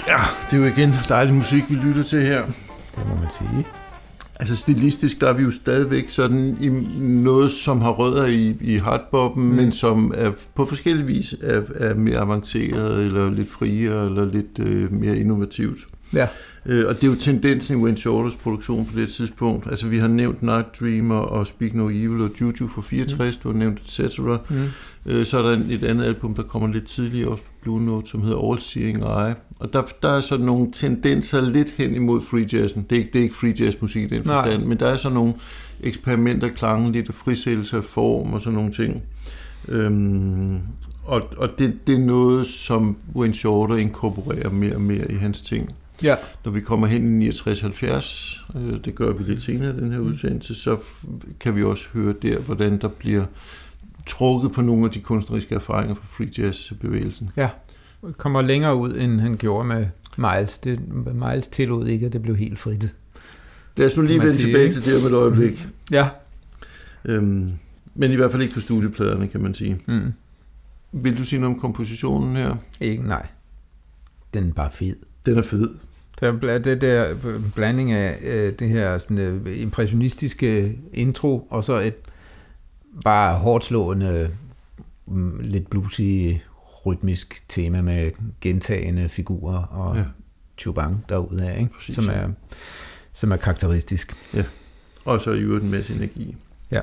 Ja, det er jo igen dejlig musik, vi lytter til her. Det må man sige. Altså stilistisk, der er vi jo stadigvæk sådan i noget, som har rødder i, i hardboppen, mm. men som er på forskellige vis er, er mere avanceret, eller lidt friere, eller lidt øh, mere innovativt. Ja. Øh, og det er jo tendensen i Wayne Shorters produktion på det tidspunkt. Altså vi har nævnt Night Dreamer og Speak No Evil og Juju fra fireogtres, mm. du har nævnt et cetera. Mm. Øh, så er der et andet album, der kommer lidt tidligere også på Blue Note, som hedder All Seeing Eye. Og der, der er sådan nogle tendenser lidt hen imod free jazzen. Det er ikke, det er ikke free jazz musik i den forstand, Nej. men der er sådan nogle eksperimenter, klange, lidt frisættelse af form og sådan nogle ting. Øhm, og og det, det er noget, som Wayne Shorter inkorporerer mere og mere i hans ting. Ja. Når vi kommer hen i niogtres halvfjerds, øh, det gør vi lidt senere i den her udsendelse, så kan vi også høre der, hvordan der bliver trukket på nogle af de kunstneriske erfaringer fra free jazz-bevægelsen. Ja, kommer længere ud, end han gjorde med Miles. Det, Miles tillod ikke, at det blev helt frit. Lad os nu lige vende tilbage til det om et øjeblik. Ja. Øhm, men i hvert fald ikke på studiepladerne, kan man sige. Mm. Vil du sige noget om kompositionen her? Ikke, nej. Den er bare fed. Den er fed. Der er det der blanding af øh, det her sådan, øh, impressionistiske intro, og så et bare hårdslående, øh, lidt bluesy, rytmisk tema med gentagende figurer og ja. Chubang derudad, ikke? Præcis, som, er, som er karakteristisk. Ja, og så i øvrigt en masse energi. Ja.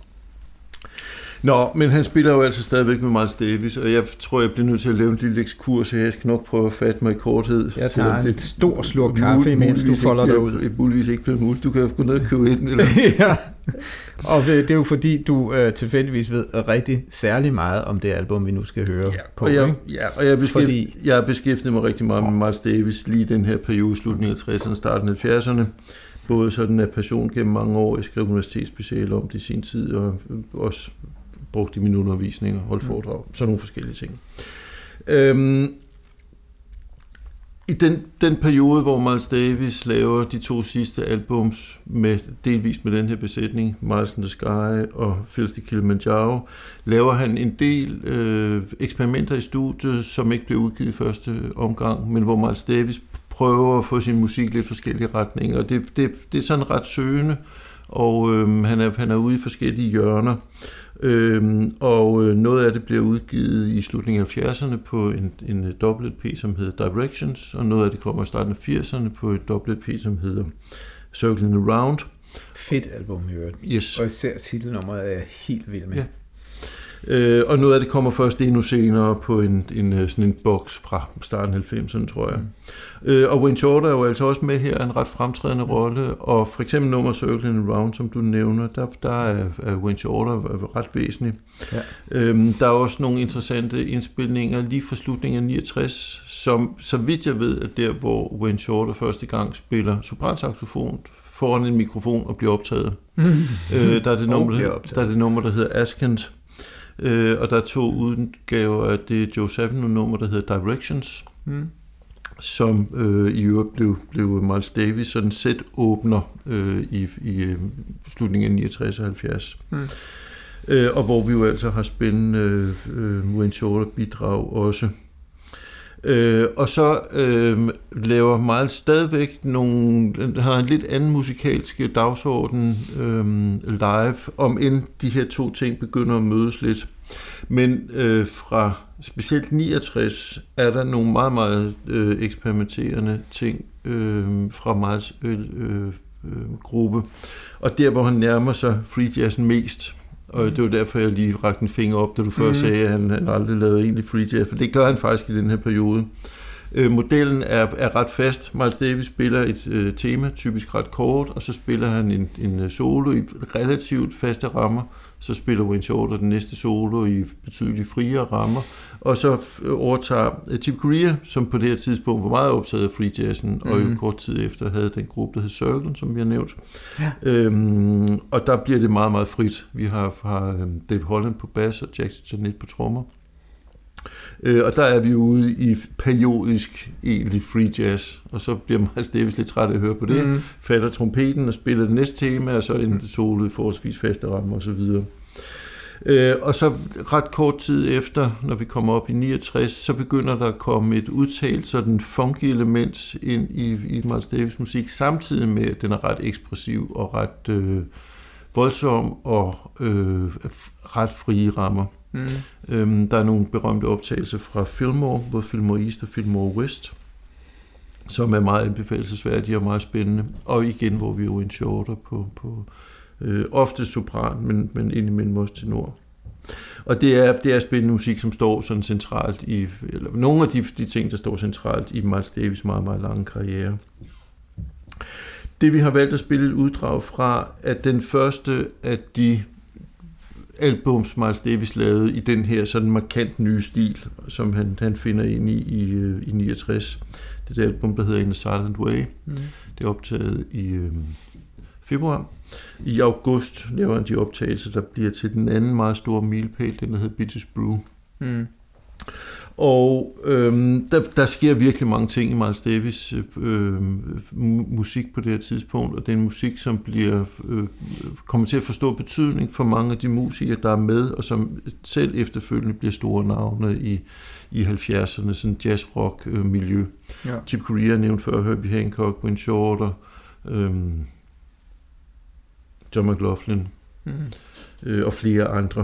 Nå, men han spiller jo altså stadigvæk med Miles Davis, og jeg tror, jeg bliver nødt til at lave en lille ekskurs, så jeg skal nok prøve at fatte mig i korthed. Jeg tager en det stor slurk kaffe, mens du folder dig ud. Det er muligvis ikke blevet muligt. Du kan jo gå ned og købe ind. Eller? Ja, og det er jo fordi, du øh, tilfældigvis ved rigtig særlig meget om det album, vi nu skal høre ja, på. Og jeg, ja, og jeg, beskæft, fordi... jeg har beskæftiget mig rigtig meget med Miles Davis lige den her periode, slutningen af tresserne, starten af halvfjerdserne. Både sådan af passion gennem mange år. Jeg skrev universitetsspecialer om det i sin tid, og også brugt i mine undervisninger, holdt foredrag, sådan nogle forskellige ting. Øhm, I den, den periode, hvor Miles Davis laver de to sidste albums, med, delvis med den her besætning, Miles in the Sky og Filthy Kilimanjaro, laver han en del øh, eksperimenter i studiet, som ikke blev udgivet i første omgang, men hvor Miles Davis prøver at få sin musik lidt forskellige retninger, og det, det, det er sådan ret søgende, og øh, han, er, han er ude i forskellige hjørner. Øhm, og noget af det bliver udgivet i slutningen af halvfjerdserne på en, en dobbelt P, som hedder Directions, og noget af det kommer i starten af firserne på et dobbelt P, som hedder Circling Around. Fedt album, i øvrigt. Yes. Og især titelnummeret er jeg helt vild med. Ja. Øh, og noget af det kommer først endnu senere på en, en, sådan en boks fra starten af halvfemserne, tror jeg. Mm. Øh, og Wayne Shorter er jo altså også med her, en ret fremtrædende rolle, og for eksempel nummer Circling Around, som du nævner, der, der er, er Wayne Shorter ret væsentlig. Ja. Øhm, der er også nogle interessante indspilninger lige fra slutningen af niogtres, som så vidt jeg ved, at der hvor Wayne Shorter første gang spiller sopransaxofon foran en mikrofon og bliver optaget. Mm. Øh, der, er det nummer, der, der er det nummer, der hedder Askent. Øh, og der er to udgaver af det Joe Zawinul-nummer, der hedder Directions, mm. som øh, i øvrigt blev, blev Miles Davis sådan set åbner øh, i, i øh, slutningen af niogtres og halvfjerds. Mm. Øh, og hvor vi jo altså har spændende øh, Wayne Shorter-bidrag også. Øh, og så øh, laver Miles stadigvæk nogle, han har en lidt anden musikalsk dagsorden øh, live, om end de her to ting begynder at mødes lidt. Men øh, fra specielt niogtres er der nogle meget, meget øh, eksperimenterende ting øh, fra Miles øh, øh, gruppe. Og der, hvor han nærmer sig free jazzen mest, og det var derfor, jeg lige rakte en finger op, da du før mm. sagde, at han, han aldrig lavede egentlig free jazz, for det gør han faktisk i den her periode. Øh, modellen er, er ret fast. Miles Davis spiller et øh, tema, typisk ret kort, og så spiller han en, en solo i relativt faste rammer. Så spiller Wayne Shorter den næste solo i betydeligt friere rammer. Og så overtager uh, Chick Corea, som på det her tidspunkt var meget optaget af free jazzen, mm. og jo kort tid efter havde den gruppe, der hed Circle, som vi har nævnt. Ja. Øhm, og der bliver det meget, meget frit. Vi har, har Dave Holland på bass og Jackson Jeanette på trommer. Øh, og der er vi ude i periodisk egentlig free jazz, og så bliver Miles Davis lidt træt af at høre på det, mm. fatter trompeten og spiller det næste tema, og så en solo i forholdsvis faste rammer og så videre. Øh, og så ret kort tid efter, når vi kommer op i niogtres, så begynder der at komme et udtalt sådan funky element ind i, i Miles Davis musik, samtidig med, at den er ret ekspressiv og ret øh, voldsom og øh, ret frie rammer. Mm. Øhm, der er nogle berømte optagelser fra Fillmore, både Fillmore East og Fillmore West, som er meget anbefalelsesværdige og meget spændende. Og igen, hvor vi er jo en shorter på, på øh, ofte sopran, men, men indimellem også tenor. Og det er, det er spændende musik, som står sådan centralt i, eller nogle af de, de ting, der står centralt i Miles Davis' meget, meget lange karriere. Det vi har valgt at spille et uddrag fra, er den første af de albums, Miles Davis lavede i den her sådan markant nye stil, som han, han finder ind i, i i niogtres. Det er et album, der hedder In a Silent Way. Mm. Det er optaget i øh, februar. I august laver han de optagelser, der bliver til den anden meget store milepæl, den der hedder Bitches Brew. Mm. Og øhm, der, der sker virkelig mange ting i Miles Davis øh, musik på det her tidspunkt, og det er en musik, som bliver øh, kommer til at forstå betydning for mange af de musikere, der er med, og som selv efterfølgende bliver store navne i, i halvfjerdserne, sådan jazz-rock-miljø. Ja. Chick Corea nævnte før, Herbie Hancock, Wayne Shorter, øh, John McLaughlin mm. øh, og flere andre.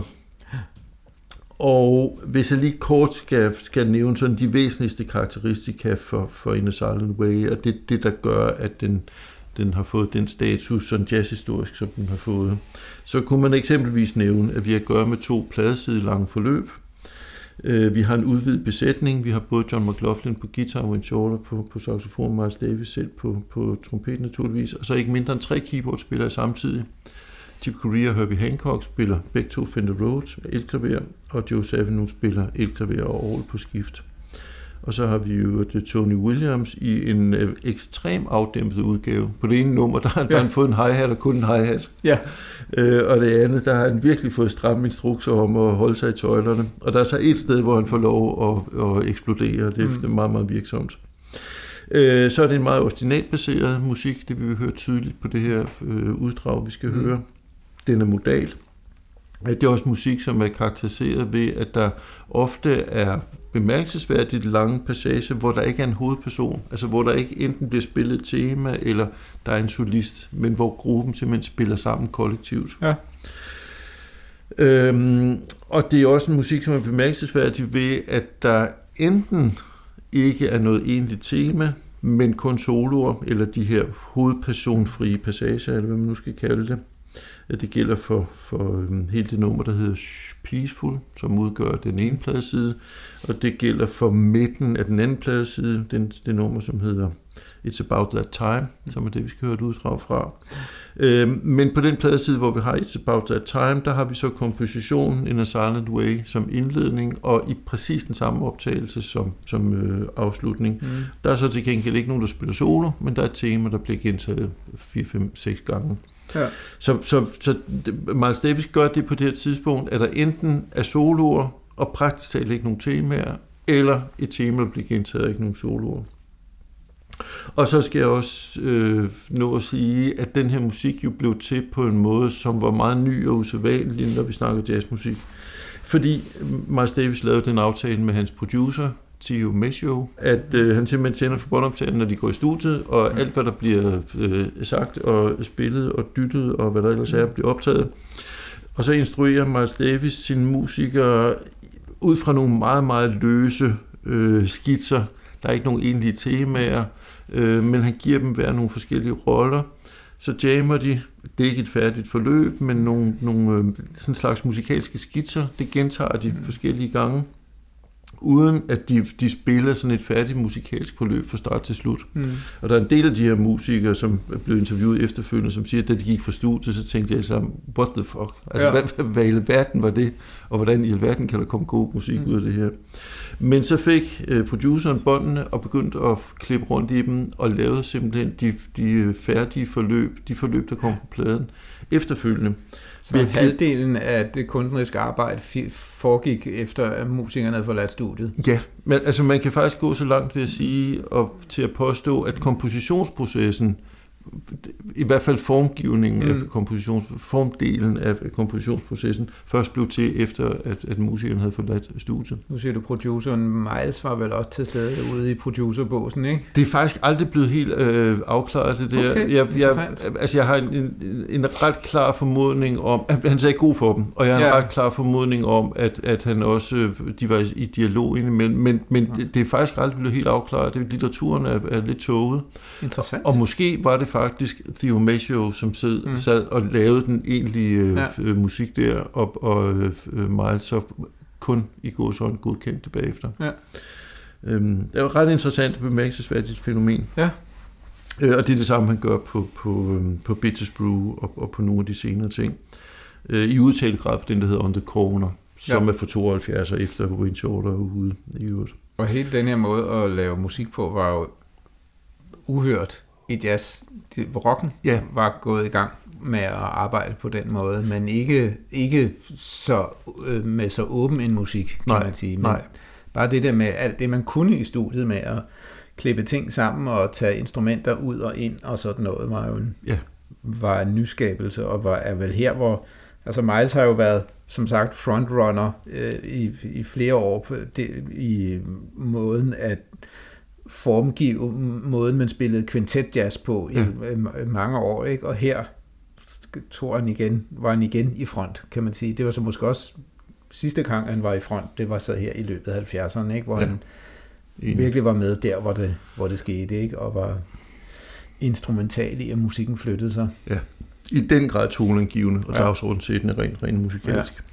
Og hvis jeg lige kort skal, skal nævne sådan de væsentligste karakteristika for, for In a Silent Way, og det det, der gør, at den, den har fået den status sådan jazzhistorisk, som den har fået, så kunne man eksempelvis nævne, at vi har at gøre med to pladesidelange forløb. Vi har en udvidet besætning. Vi har både John McLaughlin på guitar, Wayne Shorter på, på saxofon, Miles Davis selv på, på trompet naturligvis, og så ikke mindre end tre keyboardspillere samtidig. Chick Corea og Herbie Hancock spiller begge to Fender Rhodes, elklaver, og Joe Zawinul spiller elklaver og orgel på skift. Og så har vi jo Tony Williams i en øh, ekstrem afdæmpet udgave. På det ene nummer, der har ja. han fået en hi-hat og kun en hi-hat. Ja. Øh, og det andet, der har han virkelig fået stramme instrukser om at holde sig i tøjlerne. Og der er så et sted, hvor han får lov at, at eksplodere. Det er mm. meget, meget virksomt. Øh, så er det en meget ostinatbaseret musik. Det vil vi høre tydeligt på det her øh, uddrag, vi skal mm. høre. Den er modal. Det er også musik, som er karakteriseret ved, at der ofte er bemærkelsesværdigt lange passager, hvor der ikke er en hovedperson, altså hvor der ikke enten bliver spillet et tema, eller der er en solist, men hvor gruppen simpelthen spiller sammen kollektivt. Ja. Øhm, og det er også en musik, som er bemærkelsesværdigt ved, at der enten ikke er noget egentligt tema, men kun soloer, eller de her hovedpersonfrie passager, eller hvad man nu skal kalde det. Det gælder for, for hele det nummer, der hedder Peaceful, som udgør den ene pladeside, og det gælder for midten af den anden pladeside, den, det nummer, som hedder It's About That Time, som er det, vi skal høre et uddrag fra. Men på den pladeside, hvor vi har It's About That Time, der har vi så kompositionen In a Silent Way som indledning, og i præcis den samme optagelse som, som øh, afslutning. Mm. Der er så til gengæld ikke nogen, der spiller solo, men der er et tema, der bliver gentaget fire, fem, seks gange. Ja. Så, så, så Miles Davis gør det på det her tidspunkt, at der enten er soloer, og praktisk talt ikke nogen temaer, eller et tema, der bliver gentaget og ikke nogen soloer. Og så skal jeg også øh, nå at sige, at den her musik jo blev til på en måde, som var meget ny og usædvanlig, når vi snakker jazzmusik. Fordi Miles Davis lavede den aftale med hans producer, Theo Maccio, at øh, han simpelthen tænder for båndoptageren, når de går i studiet, og mm. alt, hvad der bliver øh, sagt og spillet og dyttet, og hvad der ellers er, bliver optaget. Og så instruerer Miles Davis sine musikere ud fra nogle meget, meget løse øh, skitser. Der er ikke nogen egentlige temaer, øh, men han giver dem hver nogle forskellige roller. Så jammer de, det er ikke et færdigt forløb, men nogle, nogle øh, sådan slags musikalske skitser. Det gentager de mm. forskellige gange, uden at de, de spiller sådan et færdigt musikalsk forløb fra start til slut. Mm. Og der er en del af de her musikere, som er blevet interviewet efterfølgende, som siger, at da de gik fra studiet, så tænkte jeg sammen, what the fuck? Altså, ja. hvad, hvad i alverden var det? Og hvordan i alverden kan der komme god musik mm. ud af det her? Men så fik øh, produceren båndene og begyndte at klippe rundt i dem, og lavede simpelthen de, de færdige forløb, de forløb, der kom på pladen efterfølgende. Så halvdelen af det kunstneriske arbejde foregik efter, at musikerne havde forladt studiet? Ja, men altså man kan faktisk gå så langt ved at sige, og til at påstå, at kompositionsprocessen i hvert fald formgivningen mm. af kompositions, formdelen af kompositionsprocessen først blev til efter, at, at musikeren havde forladt studiet. Nu siger du, produceren Miles var vel også til stede ude i producerbåsen, ikke? Det er faktisk aldrig blevet helt øh, afklaret, det der. Okay, jeg, jeg, altså, jeg har en, en, en ret klar formodning om, at han sagde god for dem, og jeg har ja. en ret klar formodning om, at, at han også, de var i dialog indimellem, men, men ja. det, det er faktisk aldrig blevet helt afklaret. Det, litteraturen er, er lidt tåget. Interessant. Og, og måske var det faktisk Theo Mascio, som sad, mm. sad og lavede den egentlige øh, ja. musik der, og, og øh, Miles så kun i gåsøjne godkendt det bagefter. Ja. Øhm, det er jo ret interessant og bemærkelsesværdigt fænomen. Ja. Øh, og det er det samme, han gør på, på, på Bitches Brew og, og på nogle af de senere ting. Øh, I udtalt grad på den, der hedder On the Corner, som ja. er fra tooghalvfjerds og efter Wayne Shorter ude i øvrigt. Og hele den her måde at lave musik på var jo uhørt i jazz. Rocken ja. var gået i gang med at arbejde på den måde, men ikke, ikke så, øh, med så åben en musik, kan nej, man sige. Men nej. Bare det der med alt det, man kunne i studiet med at klippe ting sammen og tage instrumenter ud og ind og sådan noget, var jo en, ja. var en nyskabelse, og var, er vel her, hvor altså Miles har jo været, som sagt, frontrunner øh, i, i flere år på det, i måden at formgive måden, man spillede kvintet-jazz på i ja. mange år, ikke? Og her tror han igen, var han igen i front, kan man sige. Det var så måske også sidste gang, han var i front, det var så her i løbet af halvfjerdserne, ikke? Hvor ja. han Enig. virkelig var med der, hvor det, hvor det skete, ikke? Og var instrumental i, at musikken flyttede sig. Ja, i den grad toneangivende og ja. dagsordensættende rent, rent musikalsk. Ja.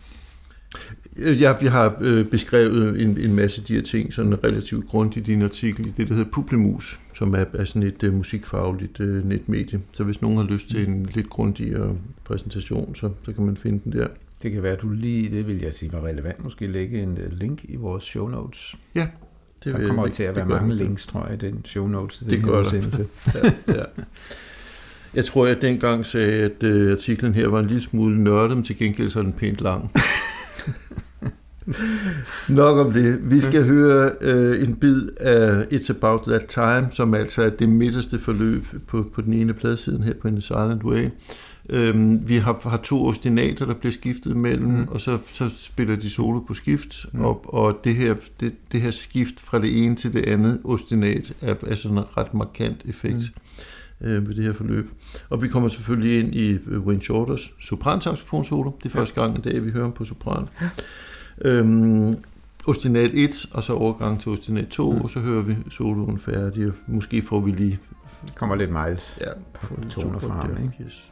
Jeg, jeg har øh, beskrevet en, en masse af de her ting sådan relativt grundigt i din artikel i det, der hedder Publimus, som er, er sådan et uh, musikfagligt uh, netmedie. Så hvis nogen har lyst til en lidt grundigere præsentation, så, så kan man finde den der. Det kan være, at du lige, det vil jeg sige var relevant, måske lægge en uh, link i vores show notes. Ja. Det der vil, kommer det, til at være mange links, tror jeg, i den show notes. Det gør der. ja, ja. Jeg tror, jeg dengang sagde, at uh, artiklen her var en lille smule nørdet, men til gengæld så er den pænt lang. Nok om det. Vi skal høre øh, en bid af It's About That Time, som altså er det midterste forløb på, på den ene pladesiden her på In a Silent Way. Øhm, vi har, har to ostinater, der bliver skiftet mellem, mm. og så, så spiller de solo på skift, mm. og, og det, her, det, det her skift fra det ene til det andet ostinat er, er sådan en ret markant effekt mm. øh, ved det her forløb. Og vi kommer selvfølgelig ind i Wayne Shorters sopransaxofonsolo. Det er første gang i dag, vi hører ham på sopran. Ja. Øhm, ostinat et, og så overgang til ostinat to, mm. og så hører vi soloen færdig, og måske får vi lige... Kommer lidt Miles ja, på toner fra ham, ikke? Yes.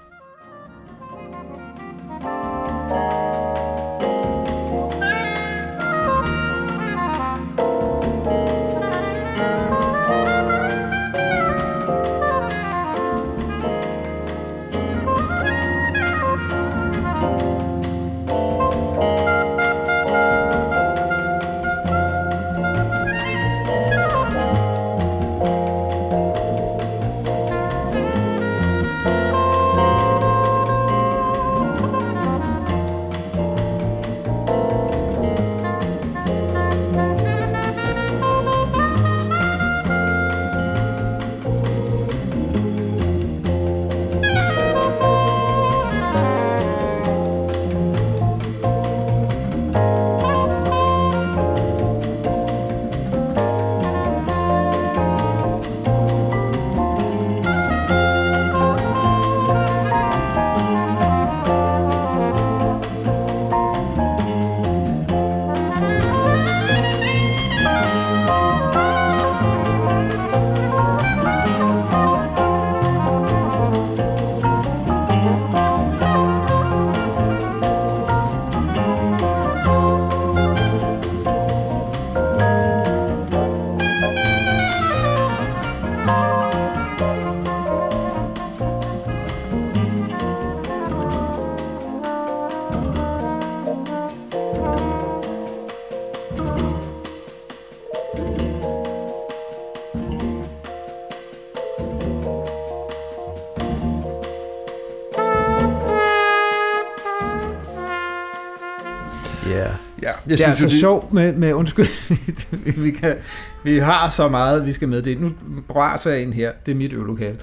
Jeg det er synes, altså det... sjovt med, med undskyld, vi, kan, vi har så meget, vi skal med det. Nu braser jeg ind her, det er mit øvelokale.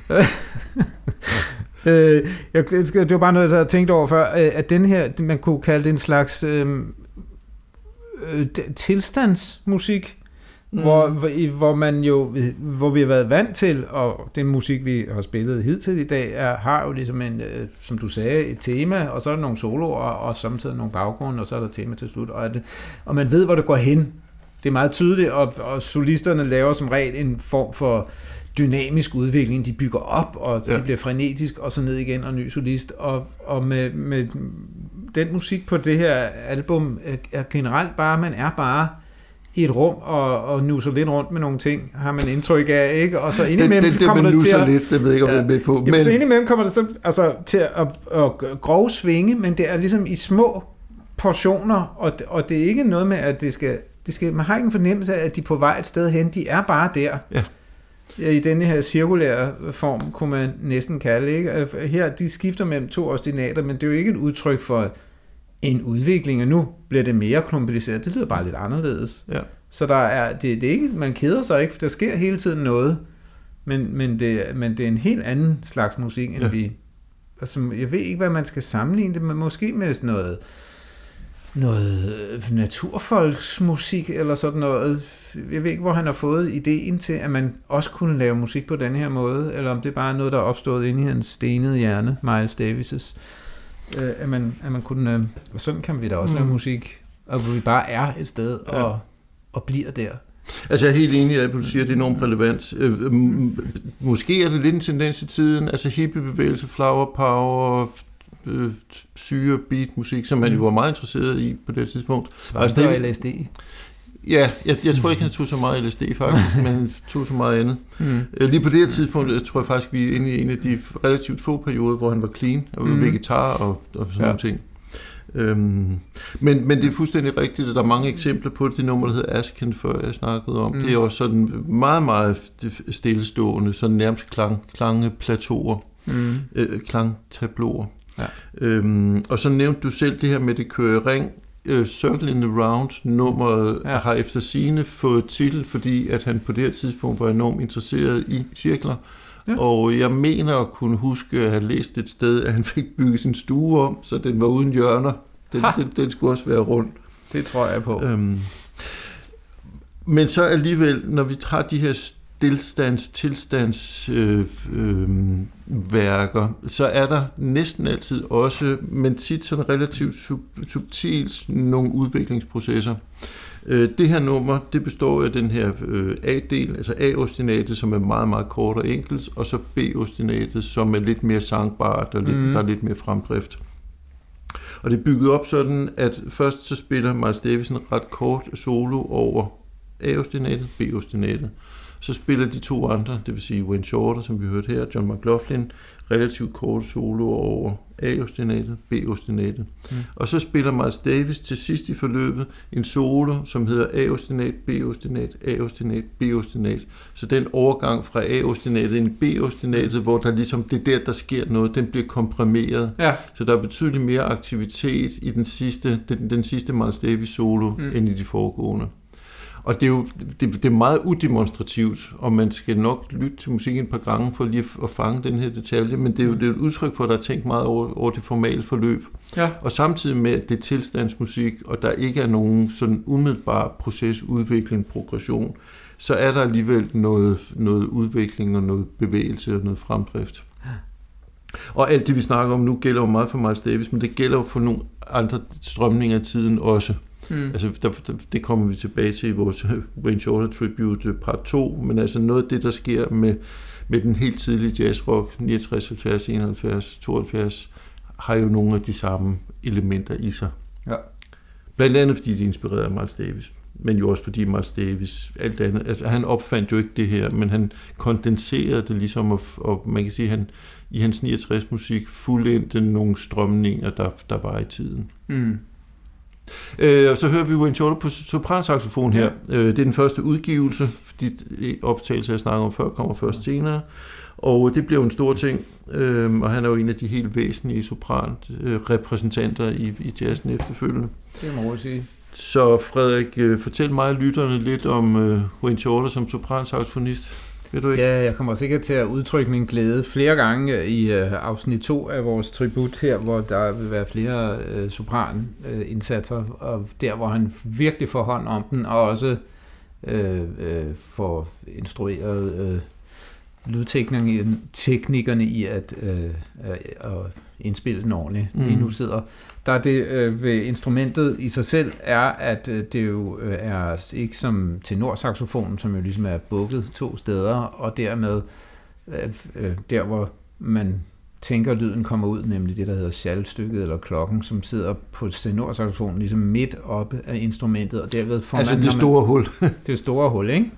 øh, jeg, det var bare noget, jeg havde tænkt over før, at den her, man kunne kalde det en slags øh, øh, tilstandsmusik, mm. hvor, hvor man jo, hvor vi har været vant til, og den musik, vi har spillet hidtil i dag, er, har jo ligesom en, øh, som du sagde, et tema, og så er der nogle soloer, og samtidig nogle baggrunde, og så er der tema til slut, og, det, og man ved, hvor det går hen. Det er meget tydeligt, og, og solisterne laver som regel en form for dynamisk udvikling. De bygger op, og ja. Det bliver frenetisk, og så ned igen, og ny solist. Og, og med, med den musik på det her album er generelt bare, man er bare i et rum, og, og nuser lidt rundt med nogle ting, har man indtryk af, ikke? Og så indimellem det, det, det, kommer det til at... lidt, det ved jeg ikke, om ja. Jeg er med på. Men... Jamen, så indimellem kommer det så, altså, til at, at, at grove svinge, men det er ligesom i små portioner, og, og det er ikke noget med, at det skal... Det skal, man har ikke en fornemmelse af, at de er på vej et sted hen. De er bare der. Ja. I denne her cirkulære form, kunne man næsten kalde, ikke? Her, de skifter mellem to ostinater, men det er jo ikke et udtryk for en udvikling, og nu bliver det mere kompliceret. Det lyder bare lidt anderledes. Ja. Så der er, det, det er ikke, man keder sig ikke, for der sker hele tiden noget, men, men, det, men det er en helt anden slags musik, end ja. vi... Altså, jeg ved ikke, hvad man skal sammenligne det med, måske med noget... noget naturfolksmusik eller sådan noget. Jeg ved ikke, hvor han har fået ideen til, at man også kunne lave musik på den her måde, eller om det er bare noget, der er opstået inde i hans stenede hjerne, Miles Davis'. At man, at man kunne... Og sådan kan vi da også mm. lave musik, og hvor vi bare er et sted og, ja. og bliver der. Altså jeg er helt enig i, at du siger, at det er enormt relevant. Måske er det lidt en tendens i tiden, altså hippiebevægelse, flower power, øh, syre beat musik, som man jo var meget interesseret i på det tidspunkt. Svampe og L S D. Ja, jeg, jeg tror ikke, han tog så meget L S D faktisk, men han tog så meget andet. Mm. Lige på det her tidspunkt, jeg tror jeg faktisk, vi er inde i en af de relativt få perioder, hvor han var clean, og mm. vegetar og, og sådan ja. nogle ting. Øhm, men, men det er fuldstændig rigtigt, at der er mange eksempler på det. Det nummer, der hedder Ashken, før jeg snakkede om. Mm. Det er også sådan meget, meget stillestående, sådan nærmest klang, klangeplateauer, mm. øh, klangtabloer. Ja. Øhm, og så nævnte du selv det her med det kører ring. Uh, Circle in the Round nummeret ja. har efter sigende fået titel, fordi at han på det her tidspunkt var enormt interesseret i cirkler. Ja. Og jeg mener at kunne huske at have læst et sted, at han fik bygget sin stue om, så den var uden hjørner. Den, den, den skulle også være rund. Det tror jeg på. Øhm, men så alligevel, når vi har de her stillstands, tilstands øh, øh, værker, så er der næsten altid også, men tit sådan relativt sub, subtilt nogle udviklingsprocesser. Øh, det her nummer, det består af den her øh, A-del, altså A-ostinatet, som er meget, meget kort og enkelt, og så B-ostinatet, som er lidt mere sangbart, og lidt, mm. der er lidt mere fremdrift. Og det er bygget op sådan, at først så spiller Miles Davis en ret kort solo over A-ostinatet, B-ostinatet. Så spiller de to andre, det vil sige Wayne Shorter, som vi hørte her, John McLaughlin, relativt kort solo over A-ostinatet, B-ostinatet. Mm. Og så spiller Miles Davis til sidst i forløbet en solo, som hedder A-ostinat, B-ostinat, A-ostinat, B-ostinat. Så den overgang fra A-ostinatet ind i B-ostinatet, hvor der ligesom, det er der, der sker noget, den bliver komprimeret. Ja. Så der er betydeligt mere aktivitet i den sidste, den, den sidste Miles Davis solo, mm. end i de foregående. Og det er jo det, det er meget udemonstrativt, og man skal nok lytte til musikken et par gange for lige at fange den her detalje, men det er jo det er et udtryk for, at der er tænkt meget over, over det formale forløb. Ja. Og samtidig med, at det er tilstandsmusik, og der ikke er nogen sådan umiddelbar proces, udvikling, progression, så er der alligevel noget, noget udvikling og noget bevægelse og noget fremdrift. Ja. Og alt det, vi snakker om nu, gælder jo meget for Miles Davis, men det gælder jo for nogle andre strømninger af tiden også. Mm. Altså, der, der, det kommer vi tilbage til i vores Wayne Shorter Tribute part to, men altså noget af det, der sker med, med den helt tidlige jazzrock, niogtres, halvfjerds, enoghalvfjerds, tooghalvfjerds, har jo nogle af de samme elementer i sig. Ja. Blandt andet fordi de er inspireret af Miles Davis, men jo også fordi Miles Davis, alt andet, altså han opfandt jo ikke det her, men han kondenserede det ligesom, og, og man kan sige, at han i hans niogtres musik fuldendte nogle strømninger, der, der var i tiden. Mm. Øh, og så hører vi Wayne Shorter på sopransaxofon her. Ja. Øh, det er den første udgivelse, fordi optagelse, jeg snakker om før, kommer først senere. Og det bliver jo en stor ting, øh, og han er jo en af de helt væsentlige sopran-repræsentanter øh, i, i jazzen efterfølgende. Det må jeg sige. Så Frederik, øh, fortæl mig og lytterne lidt om øh, Wayne Shorter som sopransaxofonist. Vil du ikke? Ja, jeg kommer sikkert til at udtrykke min glæde flere gange i uh, afsnit to af vores tribut her, hvor der vil være flere uh, sopran-indsatser, uh, og der, hvor han virkelig får hånd om den, og også uh, uh, får instrueret uh, lydteknikerne i at, uh, uh, at indspille den ordentligt. Mm. Lige nu sidder der er det øh, ved instrumentet i sig selv er, at øh, det jo øh, er ikke som tenorsaxofonen, som jo ligesom er bukket to steder, og dermed øh, øh, der, hvor man tænker, lyden kommer ud, nemlig det, der hedder schalstykket eller klokken, som sidder på tenorsaxofonen ligesom midt oppe af instrumentet, og derved får altså man... Altså det store hul. det store hul, ikke?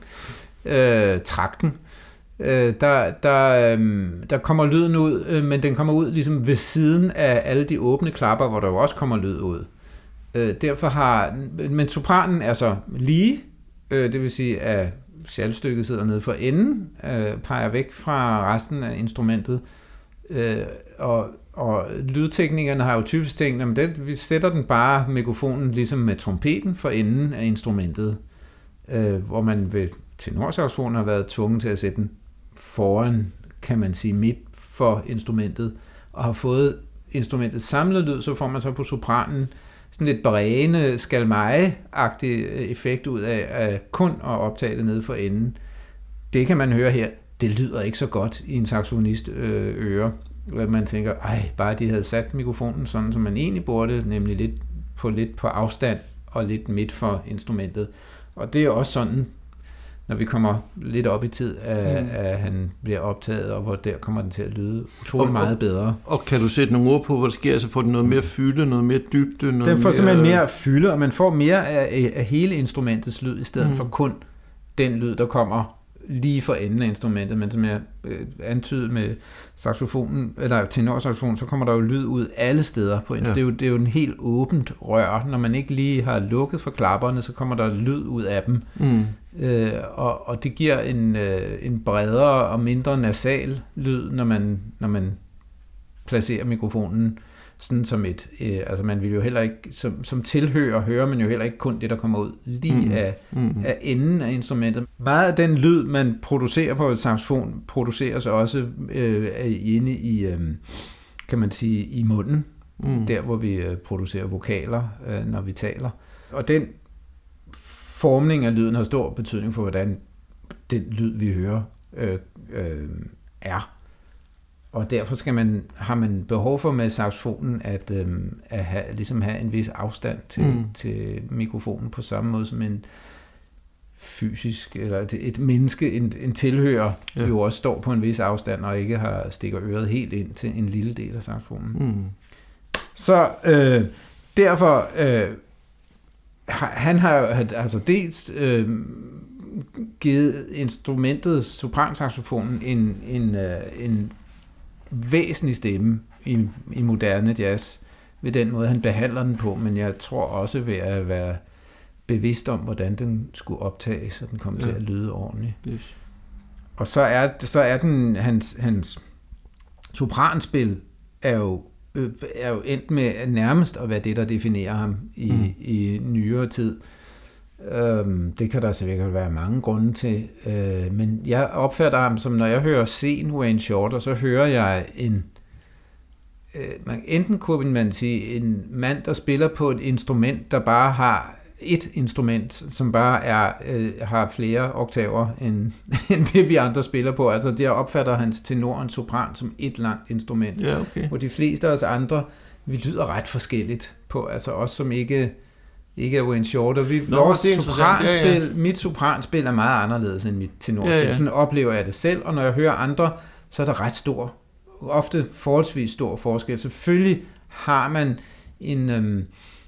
Øh, trakten. Øh, der, der, øh, der kommer lyden ud, øh, men den kommer ud ligesom ved siden af alle de åbne klapper, hvor der jo også kommer lyd ud. Øh, derfor har, men sopranen er så lige, øh, det vil sige, at schalstykket sidder nede for enden, øh, peger væk fra resten af instrumentet, øh, og, og lydteknikerne har jo typisk tænkt, at det, vi sætter den bare mikrofonen ligesom med trompeten for enden af instrumentet, øh, hvor man ved tenorsaxofonen har været tvunget til at sætte den foran, kan man sige, midt for instrumentet, og har fået instrumentet samlet lyd, så får man så på sopranen sådan lidt brægende, skalmeje-agtig effekt ud af, at kun at optage det nede for enden. Det kan man høre her. Det lyder ikke så godt i en saxofonist øre. Man tænker, ej, bare de havde sat mikrofonen sådan, som man egentlig burde, nemlig lidt på, lidt på afstand og lidt midt for instrumentet. Og det er også sådan, når vi kommer lidt op i tid, at, mm. at han bliver optaget, og hvor der kommer den til at lyde utrolig og, meget bedre. Og kan du sætte nogle ord på, hvad der sker? Så får den noget mere fylde, noget mere dybde? Noget den får mere... simpelthen mere fylde, og man får mere af, af hele instrumentets lyd, i stedet mm. for kun den lyd, der kommer lige for enden af instrumentet, men som jeg øh, antydede med saxofonen, eller tenorsaxofonen, så kommer der jo lyd ud alle steder på. Ja. Det er jo det er jo en helt åbent rør. Når man ikke lige har lukket for klapperne, så kommer der lyd ud af dem. Mm. Øh, og, og det giver en, øh, en bredere og mindre nasal lyd, når man, når man placerer mikrofonen sådan som et, øh, altså man vil jo heller ikke, som, som tilhører, hører man jo heller ikke kun det, der kommer ud lige mm. af, mm. af enden af instrumentet. Meget af den lyd, man producerer på et saxofon, produceres også øh, inde i, øh, kan man sige, i munden, mm. der hvor vi øh, producerer vokaler, øh, når vi taler. Og den formning af lyden har stor betydning for, hvordan den lyd, vi hører, øh, øh, er. Og derfor skal man, har man behov for med saxofonen at, øhm, at have, ligesom have en vis afstand til, mm. til mikrofonen på samme måde som en fysisk, eller et, et menneske, en, en tilhører, ja. jo også står på en vis afstand og ikke har stikker øret helt ind til en lille del af saxofonen. Mm. Så øh, derfor øh, han har altså dels øh, givet instrumentet sopransaxofonen en, en, øh, en væsentlig stemme i, i moderne jazz ved den måde, han behandler den på, men jeg tror også ved at være bevidst om, hvordan den skulle optages, så den kom ja. til at lyde ordentligt. Yes. Og så er, så er den, hans, hans sopranspil er jo, øh, er jo endt med nærmest at være det, der definerer ham i, mm. i nyere tid. Øhm, det kan der sikkert være mange grunde til, øh, men jeg opfatter ham som, når jeg hører sen Wayne Shorter, så hører jeg en, øh, man, enten kunne man sige, en mand, der spiller på et instrument, der bare har et instrument, som bare er, øh, har flere oktaver, end, end det vi andre spiller på. Altså der opfatter hans tenor og sopran som et langt instrument, ja, okay. hvor de fleste af os andre, vi lyder ret forskelligt på, altså os som ikke ikke er Wayne Shorter. Vi, Nå, vores sopranspil, ja, ja. Mit sopranspil er meget anderledes end mit tenorspil. Ja, ja. Sådan oplever jeg det selv, og når jeg hører andre, så er der ret stor, ofte forholdsvis stor forskel. Selvfølgelig har man en, øhm,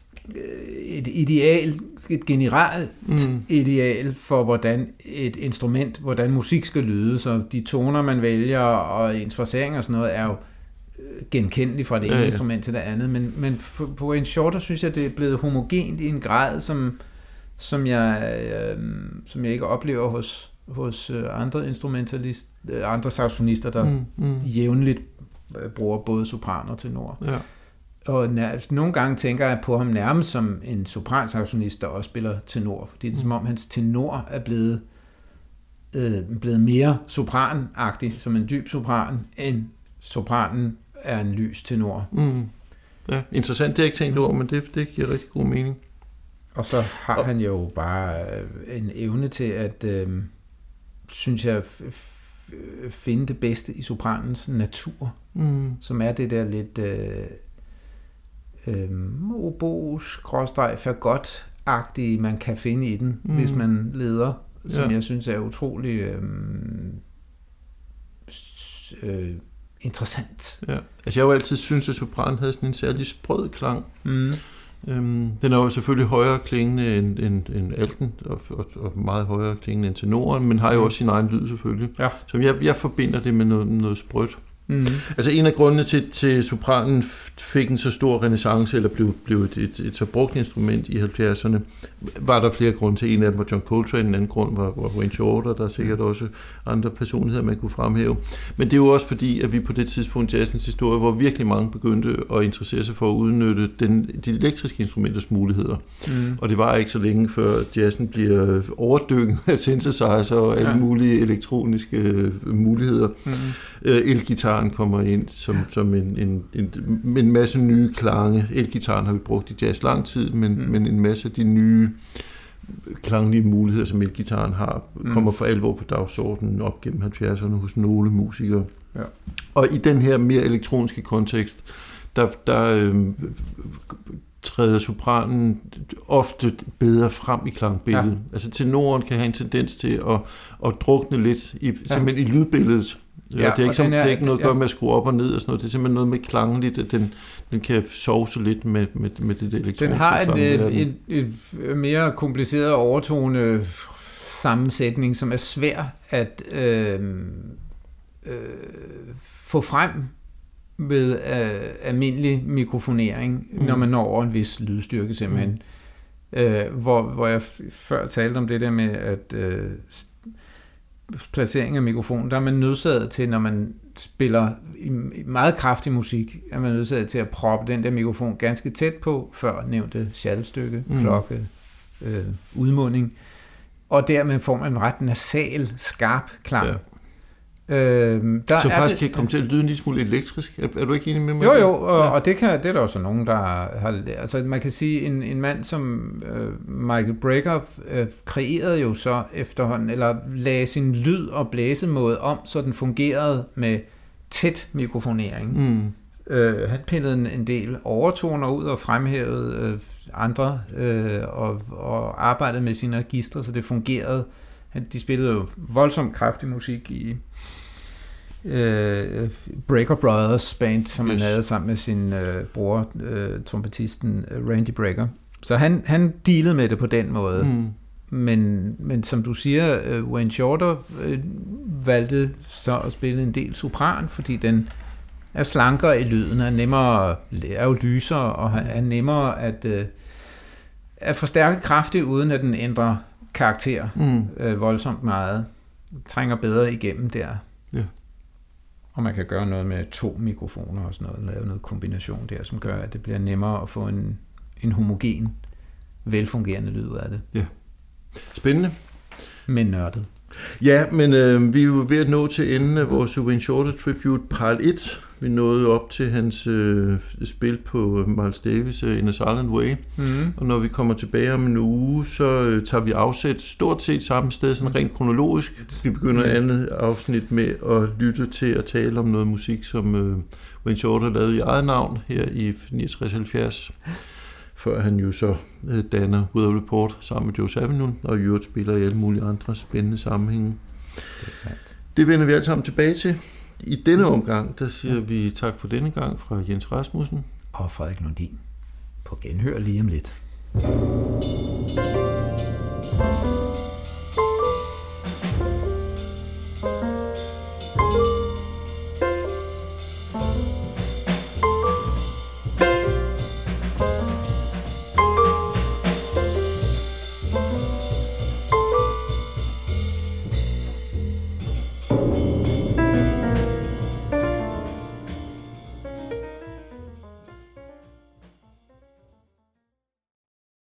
et ideal, et generelt mm. ideal for, hvordan et instrument, hvordan musik skal lyde, så de toner, man vælger, og ens frasering og sådan noget, er jo genkendeligt fra det ene ja, ja. instrument til det andet, men, men på Wayne Shorter synes jeg, det er blevet homogent i en grad, som, som, jeg, øh, som jeg ikke oplever hos, hos andre instrumentalist, andre saxofonister, der mm, mm. jævnligt bruger både sopran og tenor. Ja. Og nær, nogle gange tænker jeg på ham nærmest som en sopransaxofonist, der også spiller tenor, fordi det er som om hans tenor er blevet øh, blevet mere sopranagtig, som en dyb sopran, end sopranen er en lys tenor. Mm. Ja, interessant, det har jeg ikke tænkt over, men det, det giver rigtig god mening. Og så har og... han jo bare en evne til at, øh, synes jeg, f- f- finde det bedste i sopranens natur, mm. som er det der lidt øh, øh, oboe-fagot-agtige, man kan finde i den, mm. hvis man leder, som ja. jeg synes er utrolig øh, øh, interessant. Ja. Altså jeg har jo altid syntes, at sopranen havde sådan en særlig sprød klang. Mm. Øhm, den er jo selvfølgelig højere klingende end, end, end alten, og, og, og meget højere klingende end tenoren, men har jo også sin egen lyd selvfølgelig. Ja. Så jeg, jeg forbinder det med noget, noget sprødt. Mm. Altså en af grundene til, til sopranen fik en så stor renæssance, eller blev, blev et, et, et så brugt instrument i halvfjerdserne, var der flere grunde til. En af dem var John Coltrane, en anden grund var, var Wayne Shorter, der er sikkert også andre personligheder, man kunne fremhæve. Men det er jo også fordi, at vi på det tidspunkt i jazzens historie, hvor virkelig mange begyndte at interessere sig for at udnytte den, de elektriske instrumenters muligheder. Mm. Og det var ikke så længe før jazzen bliver overdykket af synthesizer og alle ja. mulige elektroniske muligheder. Mm. Elgitaren kommer ind som, som en, en, en, en masse nye klange. Elgitaren har vi brugt i jazz lang tid, men, mm. men en masse af de nye klanglige muligheder, som elgitaren har, kommer mm. for alvor på dagsordenen op gennem halvfjerdserne hos nogle musikere. Ja. Og i den her mere elektroniske kontekst, der, der øh, træder sopranen ofte bedre frem i klangbilledet. Ja. Altså tenoren kan have en tendens til at, at drukne lidt i, ja. simpelthen i lydbilledet. Ja, det er ikke, som, er, det er ikke noget at gøre med at skrue op og ned og sådan noget. Det er simpelthen noget med klangligt, at den, den kan sovse lidt med, med, med det elektroniske. Den har en, et, et, et mere kompliceret overtone sammensætning, som er svær at øh, øh, få frem med øh, almindelig mikrofonering, mm. når man når over en vis lydstyrke simpelthen. Mm. Øh, hvor, hvor jeg f- før talte om det der med, at øh, placering af mikrofonen, der er man nødsaget til, når man spiller meget kraftig musik, er man nødsaget til at proppe den der mikrofon ganske tæt på, før nævnte sjalstykke, mm. klokke, øh, udmunding, og dermed får man en ret nasal, skarp klang. Ja. Øh, der så er faktisk det, kan komme til at lyde en lille smule elektrisk. Er, er du ikke enig med mig? Jo, jo, og, ja. og det, kan, det er der også nogen, der har... Altså man kan sige, en, en mand som øh, Michael Brecker øh, kreerede jo så efterhånden, eller lagde sin lyd- og blæsemåde om, så den fungerede med tæt mikrofonering. Mm. Øh, han pillede en, en del overtoner ud og fremhævede øh, andre, øh, og, og arbejdede med sine registre, så det fungerede. De spillede jo voldsomt kraftig musik i øh, Brecker Brothers band, som yes. han havde sammen med sin øh, bror, øh, trompetisten Randy Brecker. Så han, han dealede med det på den måde. Mm. Men, men som du siger, øh, Wayne Shorter øh, valgte så at spille en del sopran, fordi den er slankere i lyden, er nemmere, er jo lysere, og er nemmere at, øh, at forstærke kraftigt, uden at den ændrer karakter mm. øh, voldsomt meget, trænger bedre igennem der. Ja. Og man kan gøre noget med to mikrofoner og sådan noget, lave noget kombination der, som gør, at det bliver nemmere at få en, en homogen, velfungerende lyd af det. Ja. Spændende. Men nørdet. Ja, men øh, vi er jo ved at nå til enden af vores Wayne Shorter Tribute Part et. Vi nåede op til hans øh, spil på Miles Davis' uh, In a Silent Way. Mm. Og når vi kommer tilbage om en uge, så øh, tager vi afsæt stort set samme sted, sådan rent kronologisk. Vi begynder mm. andet afsnit med at lytte til at tale om noget musik, som øh, Wayne Shorter lavede i eget navn her i niogtres halvfjerds. Før han jo så øh, danner Weather Report sammen med Joe Zawinul, og i øvrigt spiller i alle mulige andre spændende sammenhænge. Det er sandt. Det vender vi alle sammen tilbage til. I denne omgang, der siger vi tak for denne gang fra Jens Rasmussen og Frederik Lundin. På genhør lige om lidt.